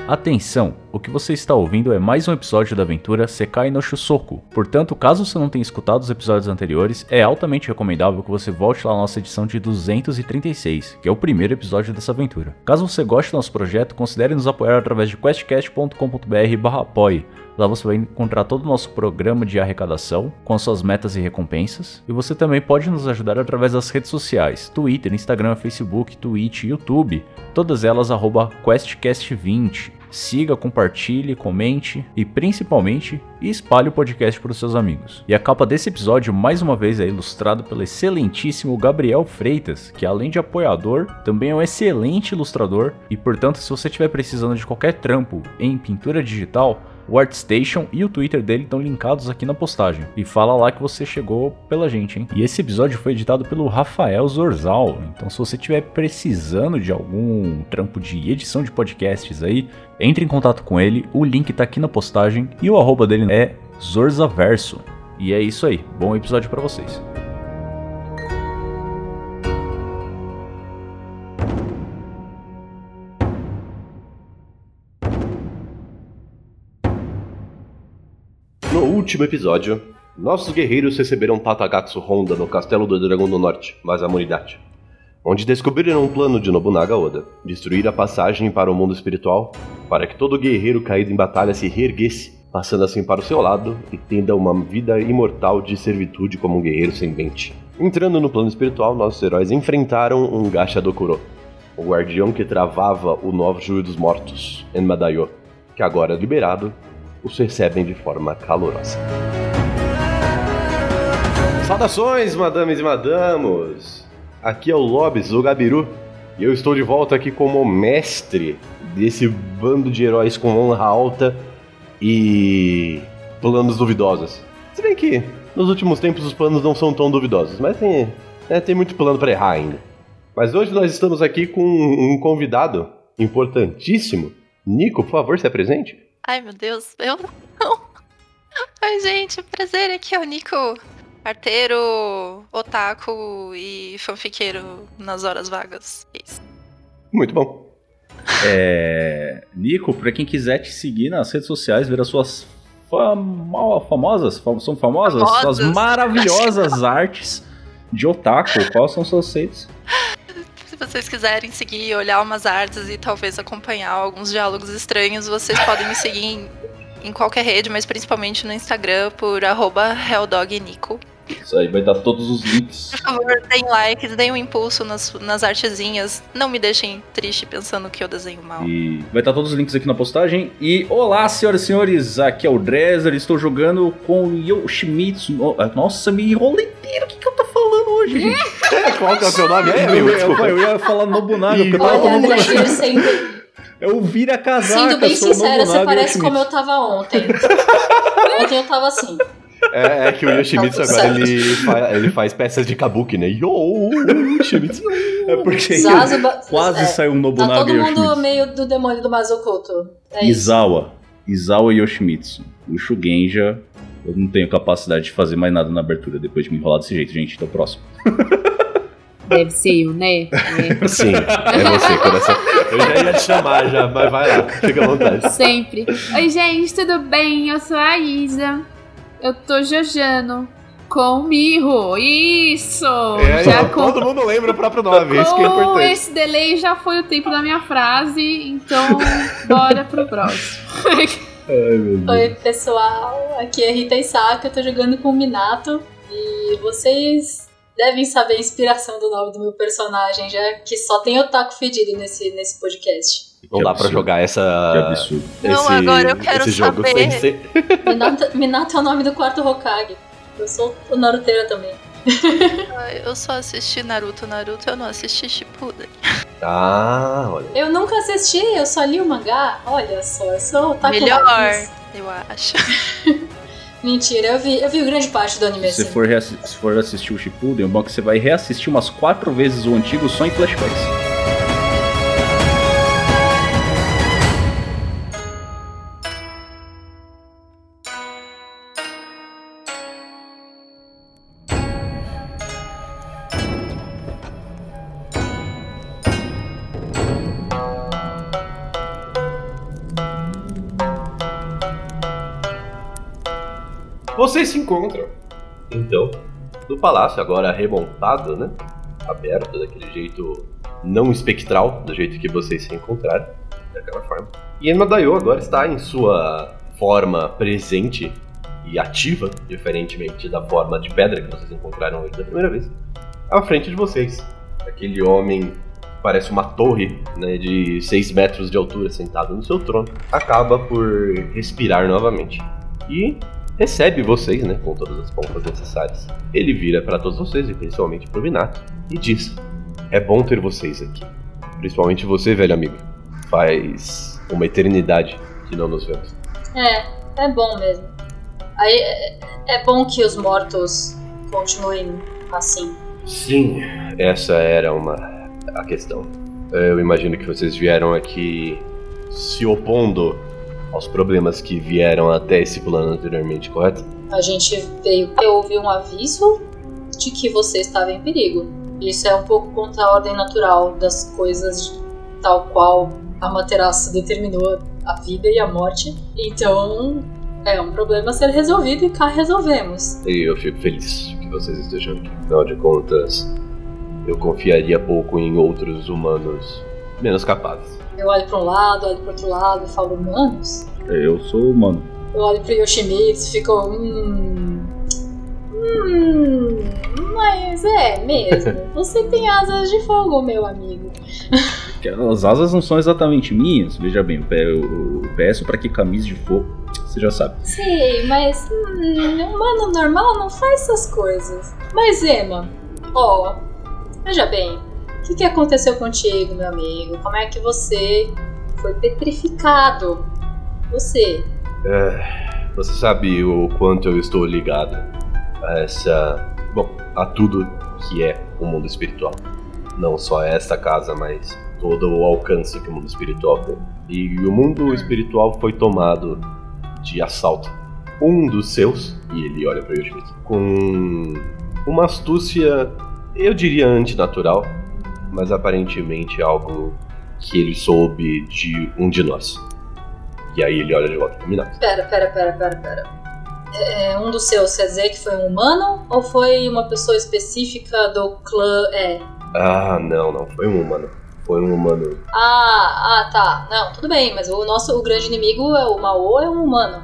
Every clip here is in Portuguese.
Atenção! O que você está ouvindo é mais um episódio da aventura Sekai no Shusoku. Portanto, caso você não tenha escutado os episódios anteriores, é altamente recomendável que você volte lá na nossa edição de 236, que é o primeiro episódio dessa aventura. Caso você goste do nosso projeto, considere nos apoiar através de questcast.com.br/apoie. Lá você vai encontrar todo o nosso programa de arrecadação, com as suas metas e recompensas. E você também pode nos ajudar através das redes sociais, Twitter, Instagram, Facebook, Twitch, YouTube, todas elas @questcast20. Siga, compartilhe, comente e principalmente espalhe o podcast para os seus amigos. E a capa desse episódio mais uma vez é ilustrado pelo excelentíssimo Gabriel Freitas, que além de apoiador, também é um excelente ilustrador e portanto se você estiver precisando de qualquer trampo em pintura digital, o ArtStation e o Twitter dele estão linkados aqui na postagem. E fala lá que você chegou pela gente, hein? E esse episódio foi editado pelo Rafael Zorzal. Então se você estiver precisando de algum trampo de edição de podcasts aí, entre em contato com ele. O link tá aqui na postagem e o arroba dele é Zorzaverso. E é isso aí. Bom episódio pra vocês. No último episódio, nossos guerreiros receberam Tatagatsu Honda no Castelo do Dragão do Norte, Masamune-Dachi, onde descobriram um plano de Nobunaga Oda, destruir a passagem para o mundo espiritual, para que todo guerreiro caído em batalha se reerguesse, passando assim para o seu lado e tenda uma vida imortal de servitude como um guerreiro sem mente. Entrando no plano espiritual, nossos heróis enfrentaram um Gacha Dokuro, o guardião que travava o novo Juio dos Mortos, Enmadayo, que agora liberado, os recebem de forma calorosa. Saudações, madames e madamos! Aqui é o Lobis, o Gabiru, e eu estou de volta aqui como mestre desse bando de heróis com honra alta e planos duvidosos. Se bem que nos últimos tempos os planos não são tão duvidosos, mas tem muito plano para errar ainda. Mas hoje nós estamos aqui com um convidado importantíssimo. Nico, por favor, se apresente. Ai, meu Deus, eu não. Oi, gente, prazer, aqui é o Nico, arteiro, otaku e fanfiqueiro nas horas vagas. Isso. Muito bom. Nico, pra quem quiser te seguir nas redes sociais, ver as suas famosas, suas maravilhosas artes de otaku, quais são suas redes? Se vocês quiserem seguir, olhar umas artes e talvez acompanhar alguns diálogos estranhos, vocês podem me seguir em qualquer rede, mas principalmente no Instagram por @helldognico. Isso aí, vai dar todos os links. Por favor, deem likes, deem um impulso nas artezinhas. Não me deixem triste pensando que eu desenho mal. E vai estar todos os links aqui na postagem. E olá, senhoras e senhores, aqui é o Dresser, estou jogando com o Yoshimitsu. Nossa, me enrolei inteiro, o que eu tô falando hoje, gente? Qual que é o seu nome? Eu ia falar Nobunaga, porque eu tava com Nobunaga. É o Vira Casaca. Sendo bem sincera, você parece como eu tava ontem. Ontem eu tava assim. É que o Yoshimitsu agora ele faz peças de kabuki, né? Yoshimitsu. É porque quase saiu um Nobunaga. Tá todo mundo meio do demônio do Mazokoto. É Izawa Yoshimitsu. O Shugenja, eu não tenho capacidade de fazer mais nada na abertura depois de me enrolar desse jeito, gente. Então, próximo. Deve ser eu, né? Sim, é você, coração. Eu já ia te chamar, mas vai lá, fica à vontade. Sempre. Oi, gente, tudo bem? Eu sou a Isa. Eu tô jojando com o Miho. Isso! Todo mundo lembra o próprio nome, isso que é importante. Com esse delay já foi o tempo da minha frase, então bora pro próximo. Ai, meu Deus. Oi, pessoal, aqui é Rita Isaka, eu tô jogando com o Minato e vocês devem saber a inspiração do nome do meu personagem, já que só tem otaku fedido nesse podcast. Não dá pra jogar essa. Que absurdo. Não, agora eu quero saber. Minato é o nome do quarto Hokage. Eu sou o Naruteira também. Eu só assisti Naruto, eu não assisti Shippuden. Ah, olha. Eu nunca assisti, eu só li o mangá. Olha só, eu sou otaku. Melhor, eu acho. Mentira, eu vi grande parte do anime. Se for assistir o Shippuden, é bom que você vai reassistir umas 4 vezes o antigo só em flashbacks. Vocês se encontram, então, no palácio, agora remontado, né? Aberto, daquele jeito não espectral, do jeito que vocês se encontraram, daquela forma. E Enma Daioh agora está em sua forma presente e ativa, diferentemente da forma de pedra que vocês encontraram hoje da primeira vez, à frente de vocês. Aquele homem parece uma torre, né, de 6 metros de altura sentado no seu trono, acaba por respirar novamente e recebe vocês, né, com todas as pompas necessárias. Ele vira para todos vocês, e principalmente pro Minato, e diz: é bom ter vocês aqui, principalmente você, velho amigo. Faz uma eternidade que não nos vemos. É bom mesmo. Aí é bom que os mortos continuem assim. Sim, essa era a questão. Eu imagino que vocês vieram aqui se opondo aos problemas que vieram até esse plano anteriormente, correto? A gente veio porque houve um aviso de que você estava em perigo. Isso é um pouco contra a ordem natural das coisas, tal qual Amaterasu determinou a vida e a morte. Então, é um problema a ser resolvido e cá resolvemos. E eu fico feliz que vocês estejam aqui. Afinal de contas, eu confiaria pouco em outros humanos menos capazes. Eu olho para um lado, olho para outro lado e falo, humanos? Eu sou humano. Eu olho pro Yoshimitsu e fico, mas é mesmo. Você tem asas de fogo, meu amigo. As asas não são exatamente minhas. Veja bem, eu peço pra que camisa de fogo, você já sabe. Sei, mas humano normal não faz essas coisas. Mas Enma, veja bem, o que aconteceu contigo, meu amigo? Como é que você foi petrificado? Você sabe o quanto eu estou ligado a tudo que é o mundo espiritual. Não só esta casa, mas todo o alcance que o mundo espiritual tem. E o mundo espiritual foi tomado de assalto. Um dos seus, e ele olha para Yoshimitsu, com uma astúcia, eu diria antinatural, mas aparentemente algo que ele soube de um de nós. E aí ele olha de volta pro Minato. Pera. Um dos seus, quer dizer que foi um humano ou foi uma pessoa específica do clã Ah, não foi um humano. Foi um humano. Tá. Não, tudo bem, mas o grande inimigo, o Mao, é um humano.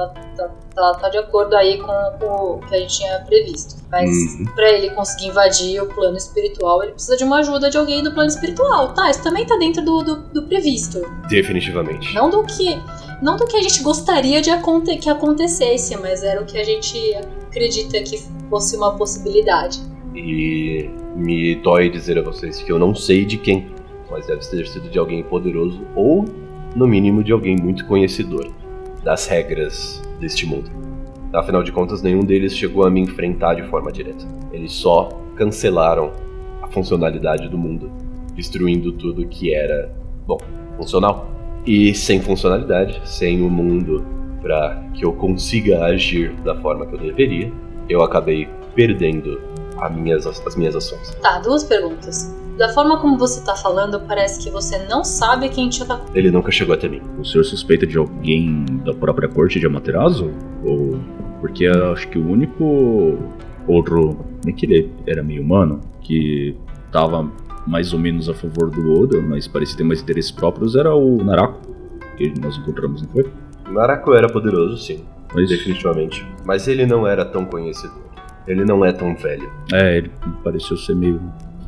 Tá de acordo aí com o que a gente tinha previsto. Mas pra ele conseguir invadir o plano espiritual, ele precisa de uma ajuda de alguém do plano espiritual. Tá, isso também tá dentro do previsto. Definitivamente. Não do que a gente gostaria que acontecesse, mas era o que a gente acredita que fosse uma possibilidade. E me dói dizer a vocês que eu não sei de quem, mas deve ter sido de alguém poderoso ou, no mínimo, de alguém muito conhecedor das regras deste mundo. Afinal de contas, nenhum deles chegou a me enfrentar de forma direta. Eles só cancelaram a funcionalidade do mundo, destruindo tudo que era, funcional. E sem funcionalidade, sem o mundo para que eu consiga agir da forma que eu deveria, eu acabei perdendo as minhas ações. Tá, 2 perguntas. Da forma como você tá falando, parece que você não sabe quem te atacou. Ele nunca chegou até mim. O senhor suspeita de alguém da própria corte de Amaterasu? Ou... Porque eu acho que o único outro... Nem que ele era meio humano, que tava mais ou menos a favor do Oda, mas parecia ter mais interesses próprios, era o Narako, que nós encontramos, não foi? O Narako era poderoso, sim. Definitivamente. Mas ele não era tão conhecedor. Ele não é tão velho. Ele pareceu ser meio...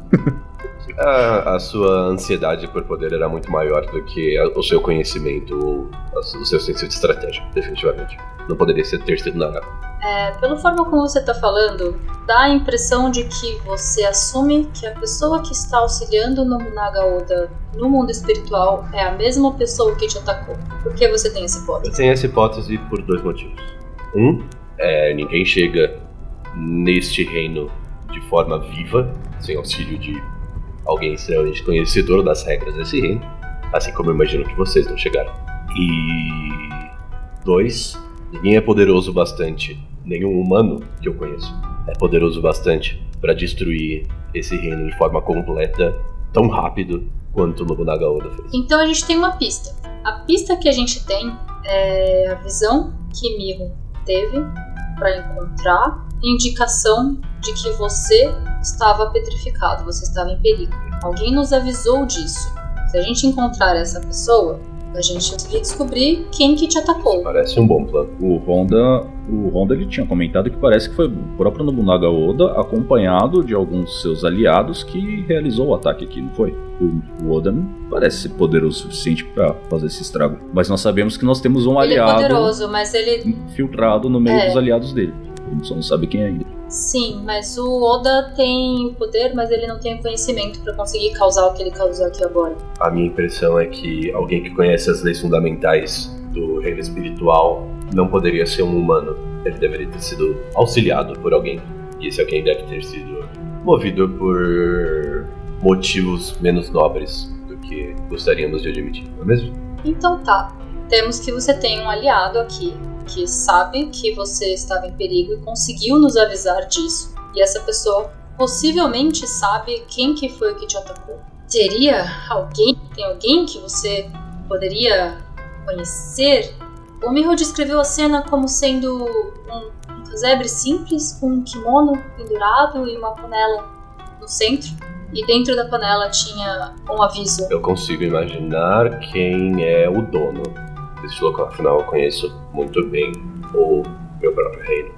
A sua ansiedade por poder era muito maior do que o seu conhecimento ou o seu senso de estratégia, definitivamente. Não poderia ter sido Narako. Pela forma como você tá falando, dá a impressão de que você assume que a pessoa que está auxiliando no Nobunaga Oda no mundo espiritual é a mesma pessoa que te atacou. Por que você tem essa hipótese? Eu tenho essa hipótese por 2 motivos. Ninguém chega neste reino de forma viva, sem auxílio de alguém extremamente conhecedor das regras desse reino, assim como eu imagino que vocês não chegaram. E 2, ninguém é poderoso bastante, nenhum humano que eu conheço é poderoso bastante para destruir esse reino de forma completa, tão rápido quanto o Nobunaga Oda fez. Então a gente tem uma pista. A pista que a gente tem é a visão que Miho teve para encontrar indicação de que você estava petrificado, você estava em perigo. Alguém nos avisou disso. Se a gente encontrar essa pessoa, a gente conseguir descobrir quem que te atacou. Parece um bom plano. O Honda ele tinha comentado que parece que foi o próprio Nobunaga Oda, acompanhado de alguns seus aliados, que realizou o ataque aqui, não foi? O Oda não parece ser poderoso o suficiente para fazer esse estrago. Mas nós sabemos que nós temos um aliado poderoso, mas ele infiltrado no meio dos aliados dele. A gente só não sabe quem é ainda. Sim, mas o Oda tem poder, mas ele não tem conhecimento para conseguir causar o que ele causou aqui agora. A minha impressão é que alguém que conhece as leis fundamentais do reino espiritual não poderia ser um humano. Ele deveria ter sido auxiliado por alguém. E esse alguém deve ter sido movido por motivos menos nobres do que gostaríamos de admitir, não é mesmo? Então tá, temos que você tem um aliado aqui que sabe que você estava em perigo e conseguiu nos avisar disso. E essa pessoa possivelmente sabe quem que foi que te atacou. Teria alguém, tem alguém que você poderia conhecer? O Miho descreveu a cena como sendo um casebre simples com um kimono pendurado e uma panela no centro. E dentro da panela tinha um aviso. Eu consigo imaginar quem é o dono desse local, afinal eu conheço muito bem o meu próprio reino.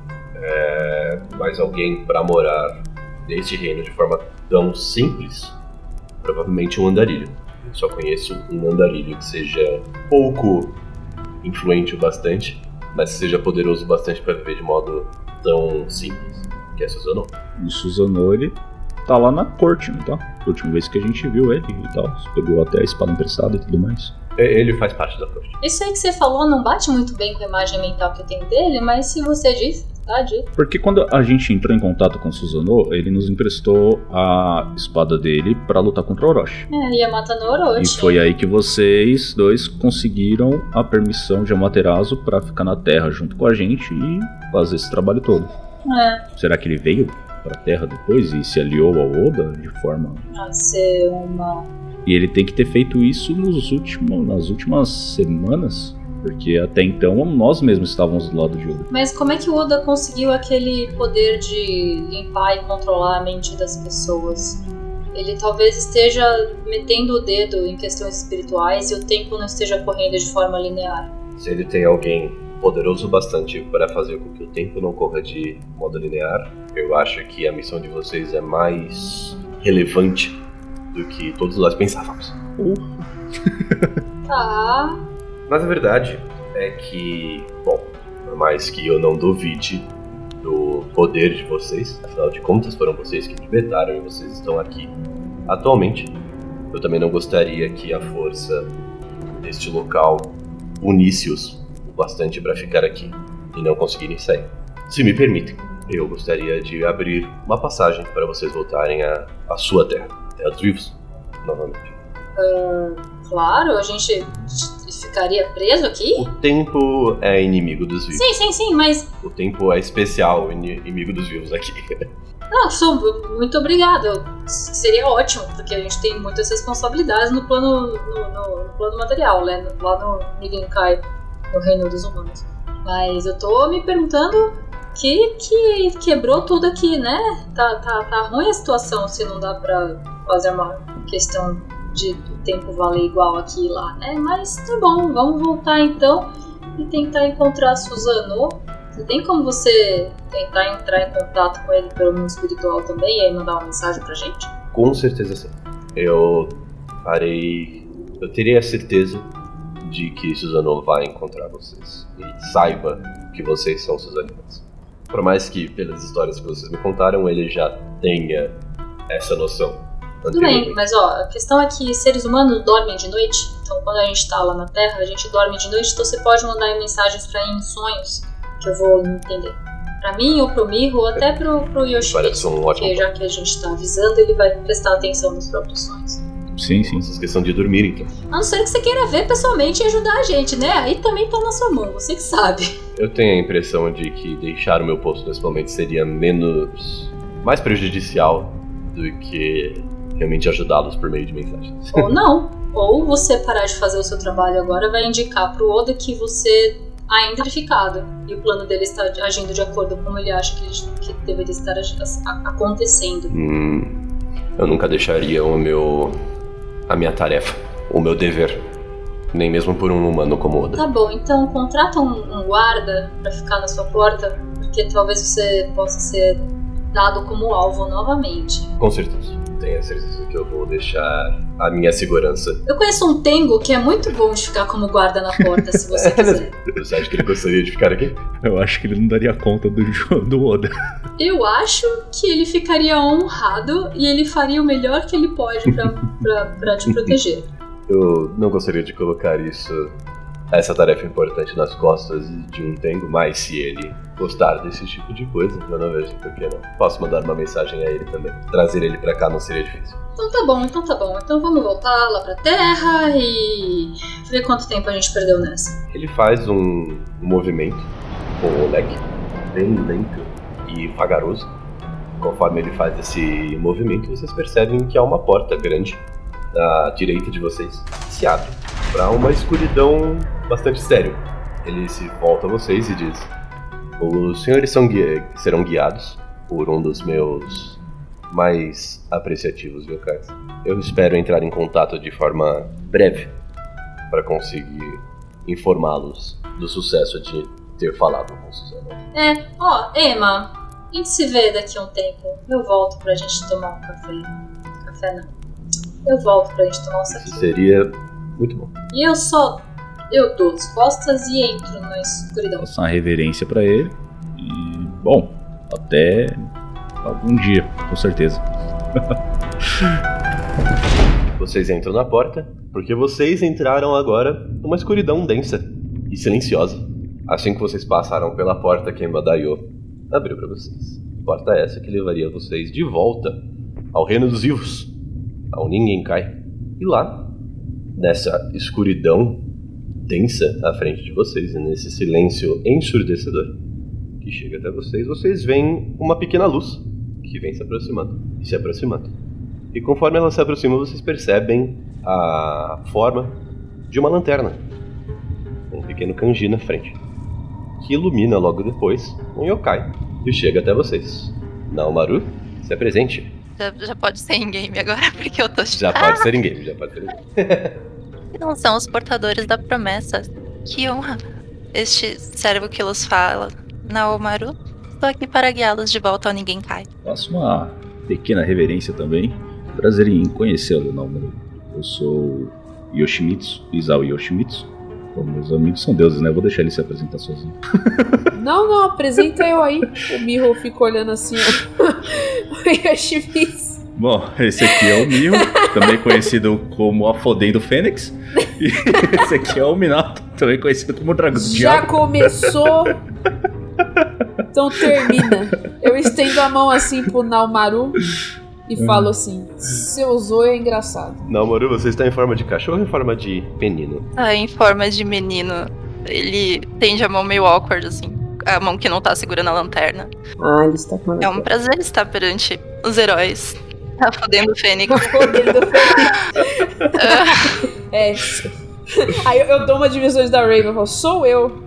Mas alguém para morar neste reino de forma tão simples, provavelmente um andarilho. Eu só conheço um andarilho que seja pouco influente o bastante, mas que seja poderoso o bastante para viver de modo tão simples, que é Susanoo. O Susanoo, ele tá lá na corte, não tá? A última vez que a gente viu ele e tal, pegou até a espada emprestada e tudo mais. Ele faz parte da corte. Isso aí que você falou não bate muito bem com a imagem mental que eu tenho dele, mas se você diz, tá dito. Porque quando a gente entrou em contato com o Susanoo, ele nos emprestou a espada dele pra lutar contra o Orochi. Yamata no Orochi. E foi aí que vocês dois conseguiram a permissão de Amaterasu pra ficar na Terra junto com a gente e fazer esse trabalho todo. Será que ele veio pra Terra depois e se aliou ao Oda de forma... a ser uma... E ele tem que ter feito isso nas últimas semanas, porque até então nós mesmos estávamos do lado de Oda. Mas como é que o Oda conseguiu aquele poder de limpar e controlar a mente das pessoas? Ele talvez esteja metendo o dedo em questões espirituais e o tempo não esteja correndo de forma linear. Se ele tem alguém poderoso bastante para fazer com que o tempo não corra de modo linear, eu acho que a missão de vocês é mais relevante do que todos nós pensávamos. Tá. Mas a verdade é que, bom, por mais que eu não duvide do poder de vocês, afinal de contas foram vocês que me vetaram e vocês estão aqui atualmente, eu também não gostaria que a força deste local unisse-os o bastante para ficar aqui e não conseguirem sair. Se me permitem, eu gostaria de abrir uma passagem para vocês voltarem à sua terra. Terra dos Vivos, novamente. Claro, a gente ficaria preso aqui? O tempo é inimigo dos vivos. Sim, mas... O tempo é especial inimigo dos vivos aqui. Não, muito obrigada. Seria ótimo, porque a gente tem muitas responsabilidades no plano material, né? Lá no Nigenkai, no reino dos humanos. Mas eu tô me perguntando que quebrou tudo aqui, né? Tá ruim a situação se não dá pra fazer uma questão de o tempo valer igual aqui e lá, né? Mas tá bom, vamos voltar então e tentar encontrar Susanoo. Tem como você tentar entrar em contato com ele pelo mundo espiritual também e aí mandar uma mensagem pra gente? Com certeza sim. Eu teria a certeza de que Susanoo vai encontrar vocês e saiba que vocês são seus aliados. Por mais que, pelas histórias que vocês me contaram, ele já tenha essa noção. Tudo bem, mas a questão é que seres humanos dormem de noite. Então quando a gente tá lá na Terra, a gente dorme de noite. Então você pode mandar mensagens pra mim em sonhos, que eu vou entender. Pra mim, ou pro Miho, ou até pro Yoshimitsu. Parece um ótimo porque já que a gente tá avisando, ele vai prestar atenção nos próprios sonhos. Sim. Vocês questão de dormir, então. A não ser que você queira ver pessoalmente e ajudar a gente, né? Aí também tá na sua mão, você que sabe. Eu tenho a impressão de que deixar o meu posto nesse momento seria mais prejudicial do que realmente ajudá-los por meio de mensagens. Ou não. Ou você parar de fazer o seu trabalho agora vai indicar pro Oda que você ainda edificado. E o plano dele está agindo de acordo com como ele acha que deveria estar acontecendo. Eu nunca deixaria a minha tarefa, o meu dever, nem mesmo por um humano como Oda. Tá bom, então contrata um guarda pra ficar na sua porta, porque talvez você possa ser dado como alvo novamente. Com certeza. Tenha certeza que eu vou deixar a minha segurança. Eu conheço um Tengo que é muito bom de ficar como guarda na porta, se você quiser. Você acha que ele gostaria de ficar aqui? Eu acho que ele não daria conta do Oda. Eu acho que ele ficaria honrado e ele faria o melhor que ele pode pra te proteger. Eu não gostaria de colocar essa tarefa importante nas costas de um Tengo, mas se ele gostar desse tipo de coisa, eu não vejo por que não. Posso mandar uma mensagem a ele também. Trazer ele pra cá não seria difícil. Então tá bom. Então vamos voltar lá pra terra e ver quanto tempo a gente perdeu nessa. Ele faz um movimento com o leque, bem lento e vagaroso. Conforme ele faz esse movimento, vocês percebem que há uma porta grande à direita de vocês, se abre para uma escuridão bastante séria. Ele se volta a vocês e diz: os senhores serão guiados por um dos meus mais apreciativos yokais. Eu espero entrar em contato de forma breve para conseguir informá-los do sucesso de ter falado com Suzano. Emma, a gente se vê daqui a um tempo. Eu volto pra gente tomar um café. Café não. Eu volto pra gente tomar um saquinho. Isso seria muito bom. E eu dou as costas e entro na escuridão. Faço uma reverência pra ele. E, bom, até algum dia, com certeza. Vocês entram na porta, porque vocês entraram agora numa escuridão densa e silenciosa. Assim que vocês passaram pela porta que Embadaio abriu pra vocês. Porta essa que levaria vocês de volta ao reino dos vivos, ao Ningenkai. E lá, nessa escuridão densa à frente de vocês, e nesse silêncio ensurdecedor que chega até vocês, vocês veem uma pequena luz que vem se aproximando e se aproximando. E conforme ela se aproxima, vocês percebem a forma de uma lanterna, um pequeno kanji na frente, que ilumina logo depois um yokai e chega até vocês. Naomaru, se apresente. Já pode ser in-game agora, porque eu tô... Já pode ser in-game, Não são os portadores da promessa. Que honra. Este servo que los fala, Naomaru. Estou aqui para guiá-los de volta ao Ningenkai. Faço uma pequena reverência também. Prazer em conhecê-lo, Naomaru. Eu sou Yoshimitsu, Isao Yoshimitsu. Bom, meus amigos são deuses, né? Vou deixar ele se apresentar sozinho. Não, apresenta eu aí. O Miho fica olhando assim, ó. O Yoshimitsu. Bom, esse aqui é o Miho, também conhecido como a Fodendo Fênix. E esse aqui é o Minato, também conhecido como o Dragão do Diabo. Já começou. Então termina. Eu estendo a mão assim pro Naomaru e falo assim: seu Zóio é engraçado. Naomaru, você está em forma de cachorro ou em forma de menino? Em forma de menino. Ele tende a mão meio awkward, assim. A mão que não tá segurando a lanterna. Ele está com É um prazer estar perante os heróis. Tá fodendo Fênix. Aí eu dou uma divisão da Raven e falo: sou eu.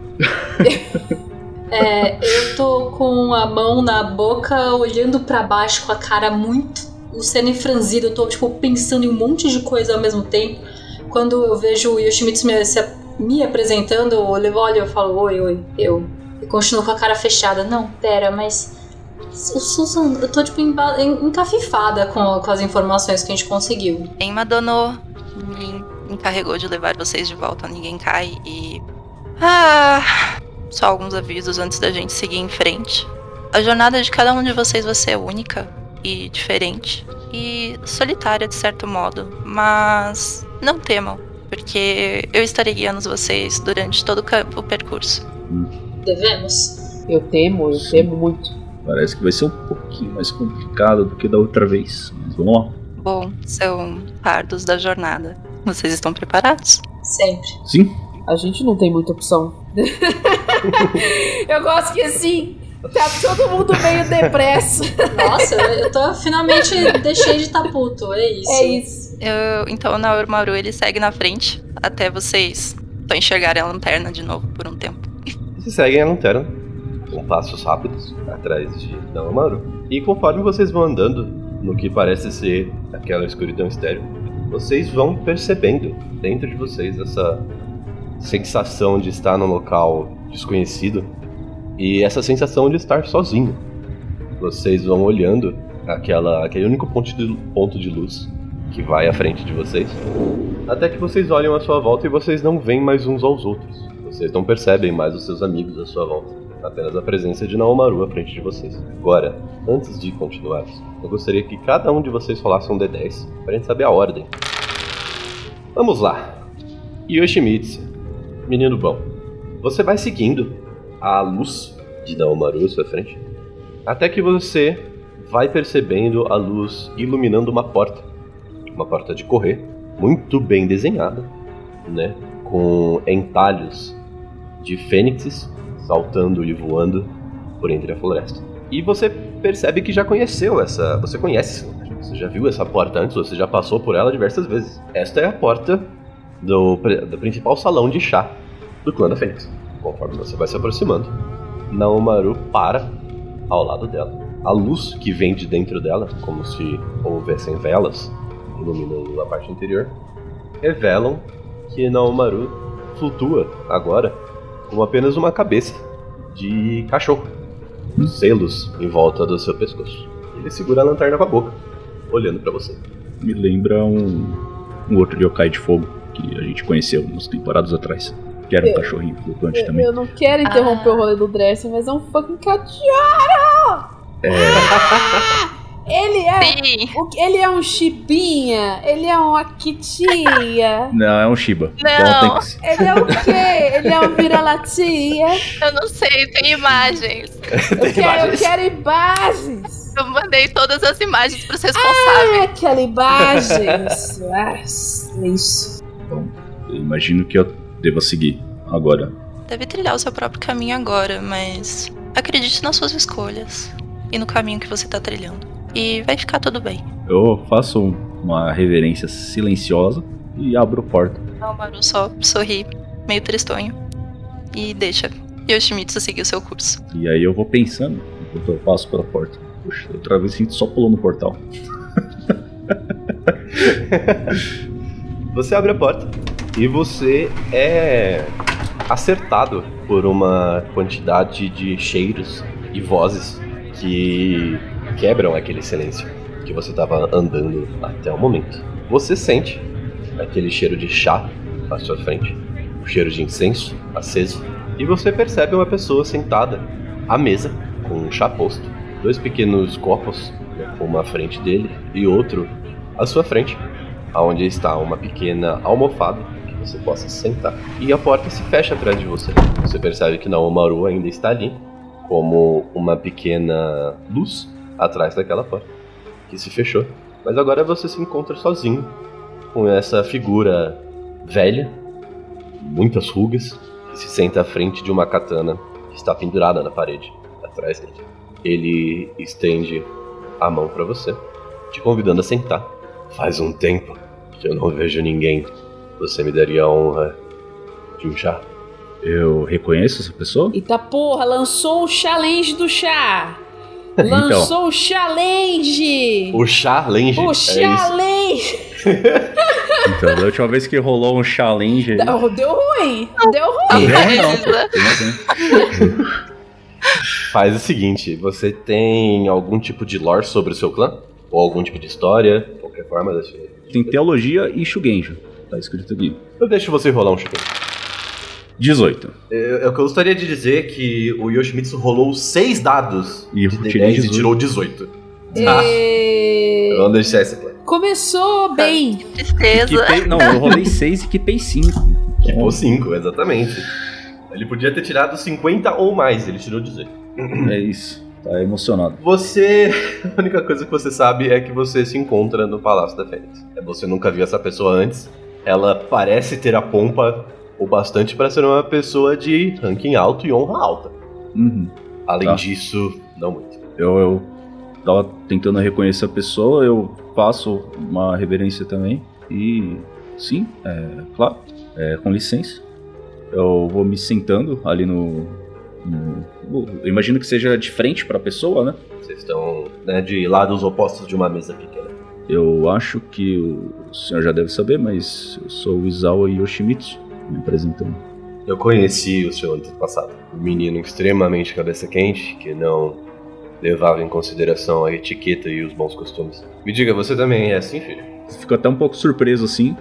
Eu tô com a mão na boca, olhando pra baixo com a cara muito semi-franzida. Eu tô, pensando em um monte de coisa ao mesmo tempo. Quando eu vejo o Yoshimitsu me apresentando, eu olho e eu falo: oi, eu. E continuo com a cara fechada. Não, pera, mas... O Susan, eu tô, encafifada com as informações que a gente conseguiu. Enmadono me encarregou de levar vocês de volta ao Ningenkai e... Só alguns avisos antes da gente seguir em frente. A jornada de cada um de vocês vai ser única e diferente. E solitária, de certo modo. Mas não temam, porque eu estarei guiando vocês durante todo o percurso. Devemos? Eu temo muito. Parece que vai ser um pouquinho mais complicado do que da outra vez, mas vamos lá. Bom, são pardos da jornada. Vocês estão preparados? Sempre. Sim. A gente não tem muita opção. Eu gosto que assim, tá todo mundo meio depresso. Nossa, eu finalmente deixei de estar puto, é isso. É isso. Então o Naomaru, ele segue na frente até vocês enxergarem a lanterna de novo por um tempo. Vocês seguem a lanterna com passos rápidos atrás de Naomaru. E conforme vocês vão andando no que parece ser aquela escuridão estéril, vocês vão percebendo dentro de vocês essa sensação de estar num local desconhecido e essa sensação de estar sozinho. Vocês vão olhando aquele único ponto de luz que vai à frente de vocês, até que vocês olham à sua volta e vocês não veem mais uns aos outros. Vocês não percebem mais os seus amigos à sua volta, apenas a presença de Naomaru à frente de vocês. Agora, antes de continuarmos, eu gostaria que cada um de vocês rolasse um D10 para a gente saber a ordem. Vamos lá. Yoshimitsu, menino bom, você vai seguindo a luz de Naomaru à sua frente, até que você vai percebendo a luz iluminando uma porta de correr, muito bem desenhada, né, com entalhos de fênixes saltando e voando por entre a floresta. E você percebe que já conheceu você conhece, você já viu essa porta antes, você já passou por ela diversas vezes. Esta é a porta do principal salão de chá do clã da Fênix. Conforme você vai se aproximando, Naomaru para ao lado dela. A luz que vem de dentro dela, como se houvessem velas iluminando a parte interior, revelam que Naomaru flutua agora com apenas uma cabeça de cachorro, selos em volta do seu pescoço. Ele segura a lanterna com a boca, olhando pra você. Me lembra um outro yokai de fogo que a gente conheceu umas temporadas atrás, que era um cachorrinho flutuante também. Eu não quero interromper o rolê do Dresser, mas é um fucking cachorro! Ele é um chibinha, ele é uma quitinha. Não, é um Shiba. Não. Ele é o quê? Ele é um vira-latinha. Eu não sei, tem imagens. Eu quero imagens. Eu mandei todas as imagens pros responsáveis. Quero imagens. Isso. Bom, eu imagino que eu deva seguir agora. Deve trilhar o seu próprio caminho agora, mas acredite nas suas escolhas e no caminho que você tá trilhando. E vai ficar tudo bem. Eu faço uma reverência silenciosa e abro a porta. O Maru só sorri, meio tristonho, e deixa Yoshimitsu seguir o seu curso. E aí eu vou pensando enquanto eu passo pela porta. Puxa, outra vez a gente só pulou no portal. Você abre a porta e você é acertado por uma quantidade de cheiros e vozes que quebram aquele silêncio que você estava andando até o momento. Você sente aquele cheiro de chá à sua frente, o cheiro de incenso aceso, e você percebe uma pessoa sentada à mesa com um chá posto, 2 pequenos copos, uma à frente dele e outro à sua frente, onde está uma pequena almofada que você possa sentar. E a porta se fecha atrás de você. Você percebe que Naomaru ainda está ali, como uma pequena luz atrás daquela porta, que se fechou. Mas agora você se encontra sozinho, com essa figura velha, muitas rugas, que se senta à frente de uma katana que está pendurada na parede, atrás dele. Ele estende a mão para você, te convidando a sentar. Faz um tempo que eu não vejo ninguém. Você me daria a honra de um chá? Eu reconheço essa pessoa? Eita porra, lançou o challenge do chá! Lançou o challenge! O challenge? O challenge! Então, da última vez que rolou um challenge... Deu ruim! Deu ruim! Faz o seguinte, você tem algum tipo de lore sobre o seu clã? Ou algum tipo de história? De qualquer forma, tem teologia e Shugenjo, tá escrito aqui. Eu deixo você rolar um Shugenjo. 18. Eu gostaria de dizer que o Yoshimitsu rolou 6 dados e de D10 e tirou 18. Tá? Vamos deixar esse plano. Começou bem. Tristeza. Não, eu rolei 6 e quitei 5. Quipou 5, exatamente. Ele podia ter tirado 50 ou mais, ele tirou 18. É isso, tá emocionado. A única coisa que você sabe é que você se encontra no Palácio da Fênix. Você nunca viu essa pessoa antes. Ela parece ter a pompa o bastante para ser uma pessoa de ranking alto e honra alta. Uhum. Além disso, não muito. Eu tava tentando reconhecer a pessoa, eu faço uma reverência também. E sim, claro, com licença. Eu vou me sentando ali no Eu imagino que seja de frente pra pessoa, né? Vocês estão, né, de lados opostos de uma mesa pequena. Eu acho que o senhor já deve saber, mas eu sou o Izawa Yoshimitsu, me apresentando. Eu conheci o seu antepassado. Um menino extremamente cabeça quente, que não levava em consideração a etiqueta e os bons costumes. Me diga, você também é assim, filho? Fico até um pouco surpreso assim.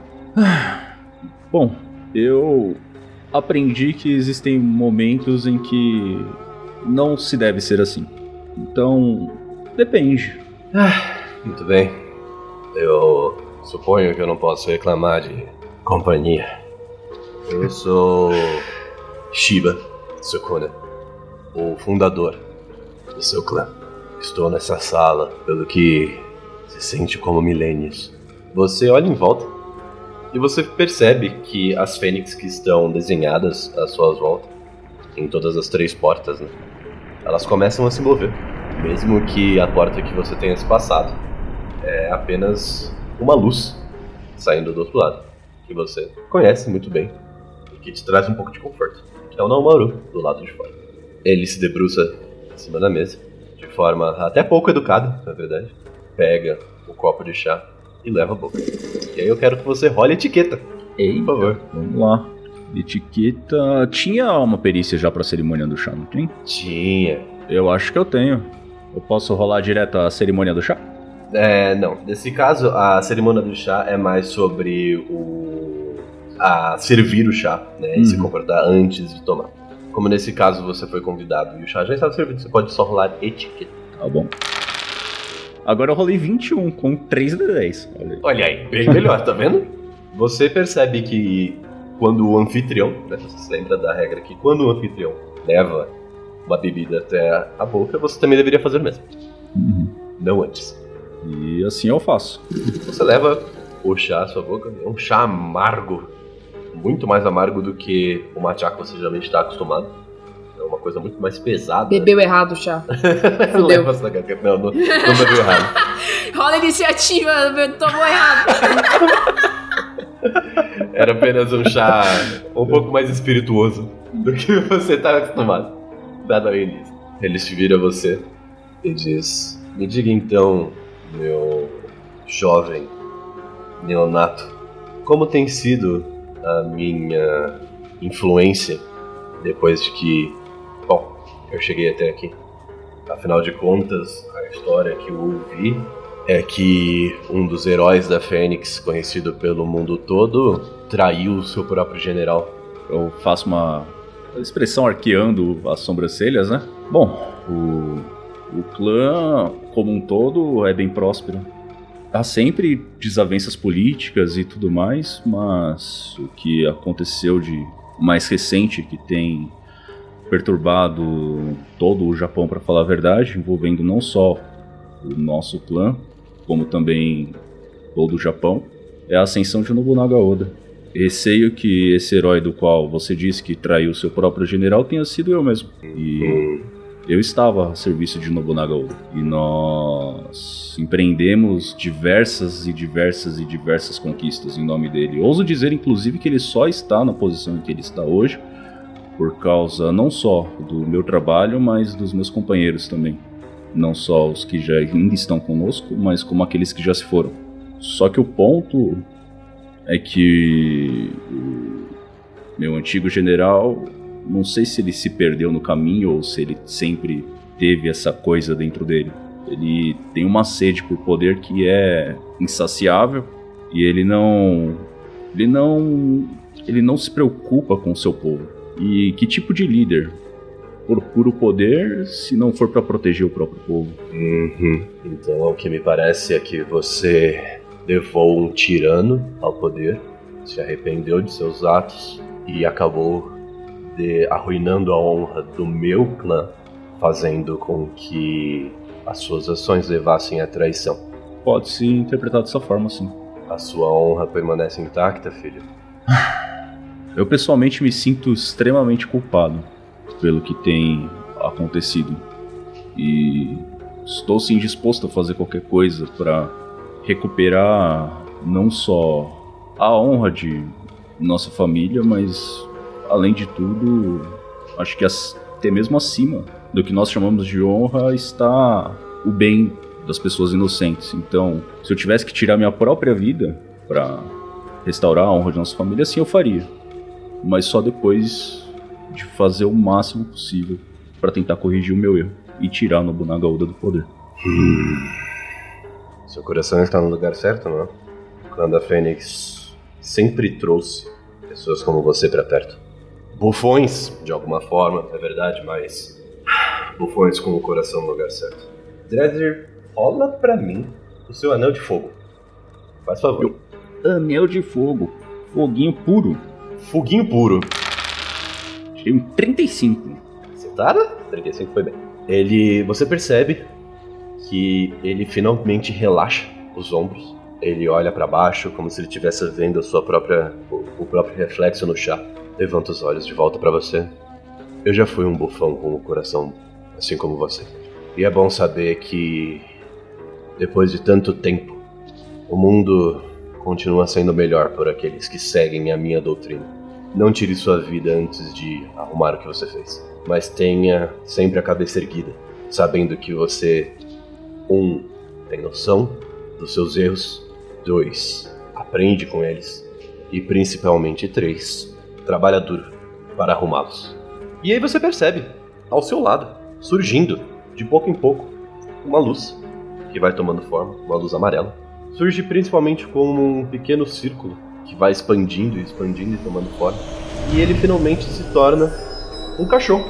Bom, eu aprendi que existem momentos em que não se deve ser assim. Então, depende. Muito bem. Eu suponho que eu não posso reclamar de companhia. Eu sou Shiba Sukuna, o fundador do seu clã. Estou nessa sala pelo que se sente como milênios. Você olha em volta e você percebe que as fênix que estão desenhadas às suas voltas, em todas as 3 portas, né, elas começam a se mover. Mesmo que a porta que você tenha se passado é apenas uma luz saindo do outro lado, que você conhece muito bem e que te traz um pouco de conforto. É o Naomaru, do lado de fora. Ele se debruça em cima da mesa, de forma até pouco educada, na verdade. Pega o copo de chá e leva a boca. E aí eu quero que você role a etiqueta. Ei, por favor. Vamos lá. Etiqueta... Tinha uma perícia já pra cerimônia do chá, não tem? Tinha. Eu acho que eu tenho. Eu posso rolar direto a cerimônia do chá? Não. Nesse caso, a cerimônia do chá é mais sobre a servir o chá, né? E se comportar antes de tomar. Como nesse caso você foi convidado e o chá já estava servido, você pode só rolar etiqueta. Tá bom. Agora eu rolei 21 com 3 de 10. Olha aí, bem melhor, tá vendo? Você percebe que quando o anfitrião, né? Você se lembra da regra que quando o anfitrião leva uma bebida até a boca, você também deveria fazer o mesmo. Não antes. E assim eu faço. Você leva o chá à sua boca, é um chá amargo, muito mais amargo do que o matcha que você geralmente está acostumado. É uma coisa muito mais pesada. Bebeu errado o chá. Não leva essa garganta. Não bebeu errado. Rola a iniciativa, tomou errado. Era apenas um chá um pouco mais espirituoso do que você está acostumado. Dado ao início. Ele se vira a você e diz: me diga então, meu jovem neonato, como tem sido a minha influência depois de que, bom, eu cheguei até aqui. Afinal de contas, a história que eu ouvi é que um dos heróis da Fênix, conhecido pelo mundo todo, traiu o seu próprio general. Eu faço uma expressão arqueando as sobrancelhas, né? Bom, o clã como um todo é bem próspero. Há sempre desavenças políticas e tudo mais, mas o que aconteceu de mais recente que tem perturbado todo o Japão, para falar a verdade, envolvendo não só o nosso clã, como também todo o Japão, é a ascensão de Nobunaga Oda. Receio que esse herói do qual você disse que traiu seu próprio general tenha sido eu mesmo. E eu estava a serviço de Nobunaga Oda. E nós empreendemos diversas conquistas em nome dele. Ouso dizer, inclusive, que ele só está na posição em que ele está hoje por causa não só do meu trabalho, mas dos meus companheiros também. Não só os que já ainda estão conosco, mas como aqueles que já se foram. Só que o ponto é que o meu antigo general, não sei se ele se perdeu no caminho ou se ele sempre teve essa coisa dentro dele. Ele tem uma sede por poder que é insaciável e ele não se preocupa com o seu povo. E que tipo de líder procura o poder se não for para proteger o próprio povo? Então, o que me parece é que você levou um tirano ao poder, se arrependeu de seus atos e acabou arruinando a honra do meu clã, fazendo com que as suas ações levassem à traição. Pode se interpretar dessa forma, sim. A sua honra permanece intacta, filho? Eu pessoalmente me sinto extremamente culpado pelo que tem acontecido. E estou sim disposto a fazer qualquer coisa para recuperar não só a honra de nossa família, mas além de tudo, acho que até mesmo acima do que nós chamamos de honra está o bem das pessoas inocentes. Então, se eu tivesse que tirar minha própria vida para restaurar a honra de nossa família, sim, eu faria. Mas só depois de fazer o máximo possível para tentar corrigir o meu erro e tirar o Nobunaga Oda do poder. Seu coração está no lugar certo, não é? O clã da Fênix sempre trouxe pessoas como você pra perto. Bufões, de alguma forma, é verdade, mas bufões com o coração no lugar certo. Dredger, rola pra mim o seu anel de fogo. Faz favor. Anel de fogo. Foguinho puro. Foguinho puro. Tirei um 35. Acertada? 35 foi bem. Você percebe que ele finalmente relaxa os ombros. Ele olha pra baixo como se ele estivesse vendo o próprio reflexo no chá. Levanta os olhos de volta pra você. Eu já fui um bufão com o coração assim como você. E é bom saber que depois de tanto tempo, o mundo continua sendo melhor por aqueles que seguem a minha doutrina. Não tire sua vida antes de arrumar o que você fez, mas tenha sempre a cabeça erguida, sabendo que você, 1, tem noção dos seus erros, 2, aprende com eles, e principalmente 3, trabalha duro para arrumá-los. E aí você percebe, ao seu lado, surgindo, de pouco em pouco, uma luz que vai tomando forma, uma luz amarela. Surge principalmente como um pequeno círculo que vai expandindo e tomando forma. E ele finalmente se torna um cachorro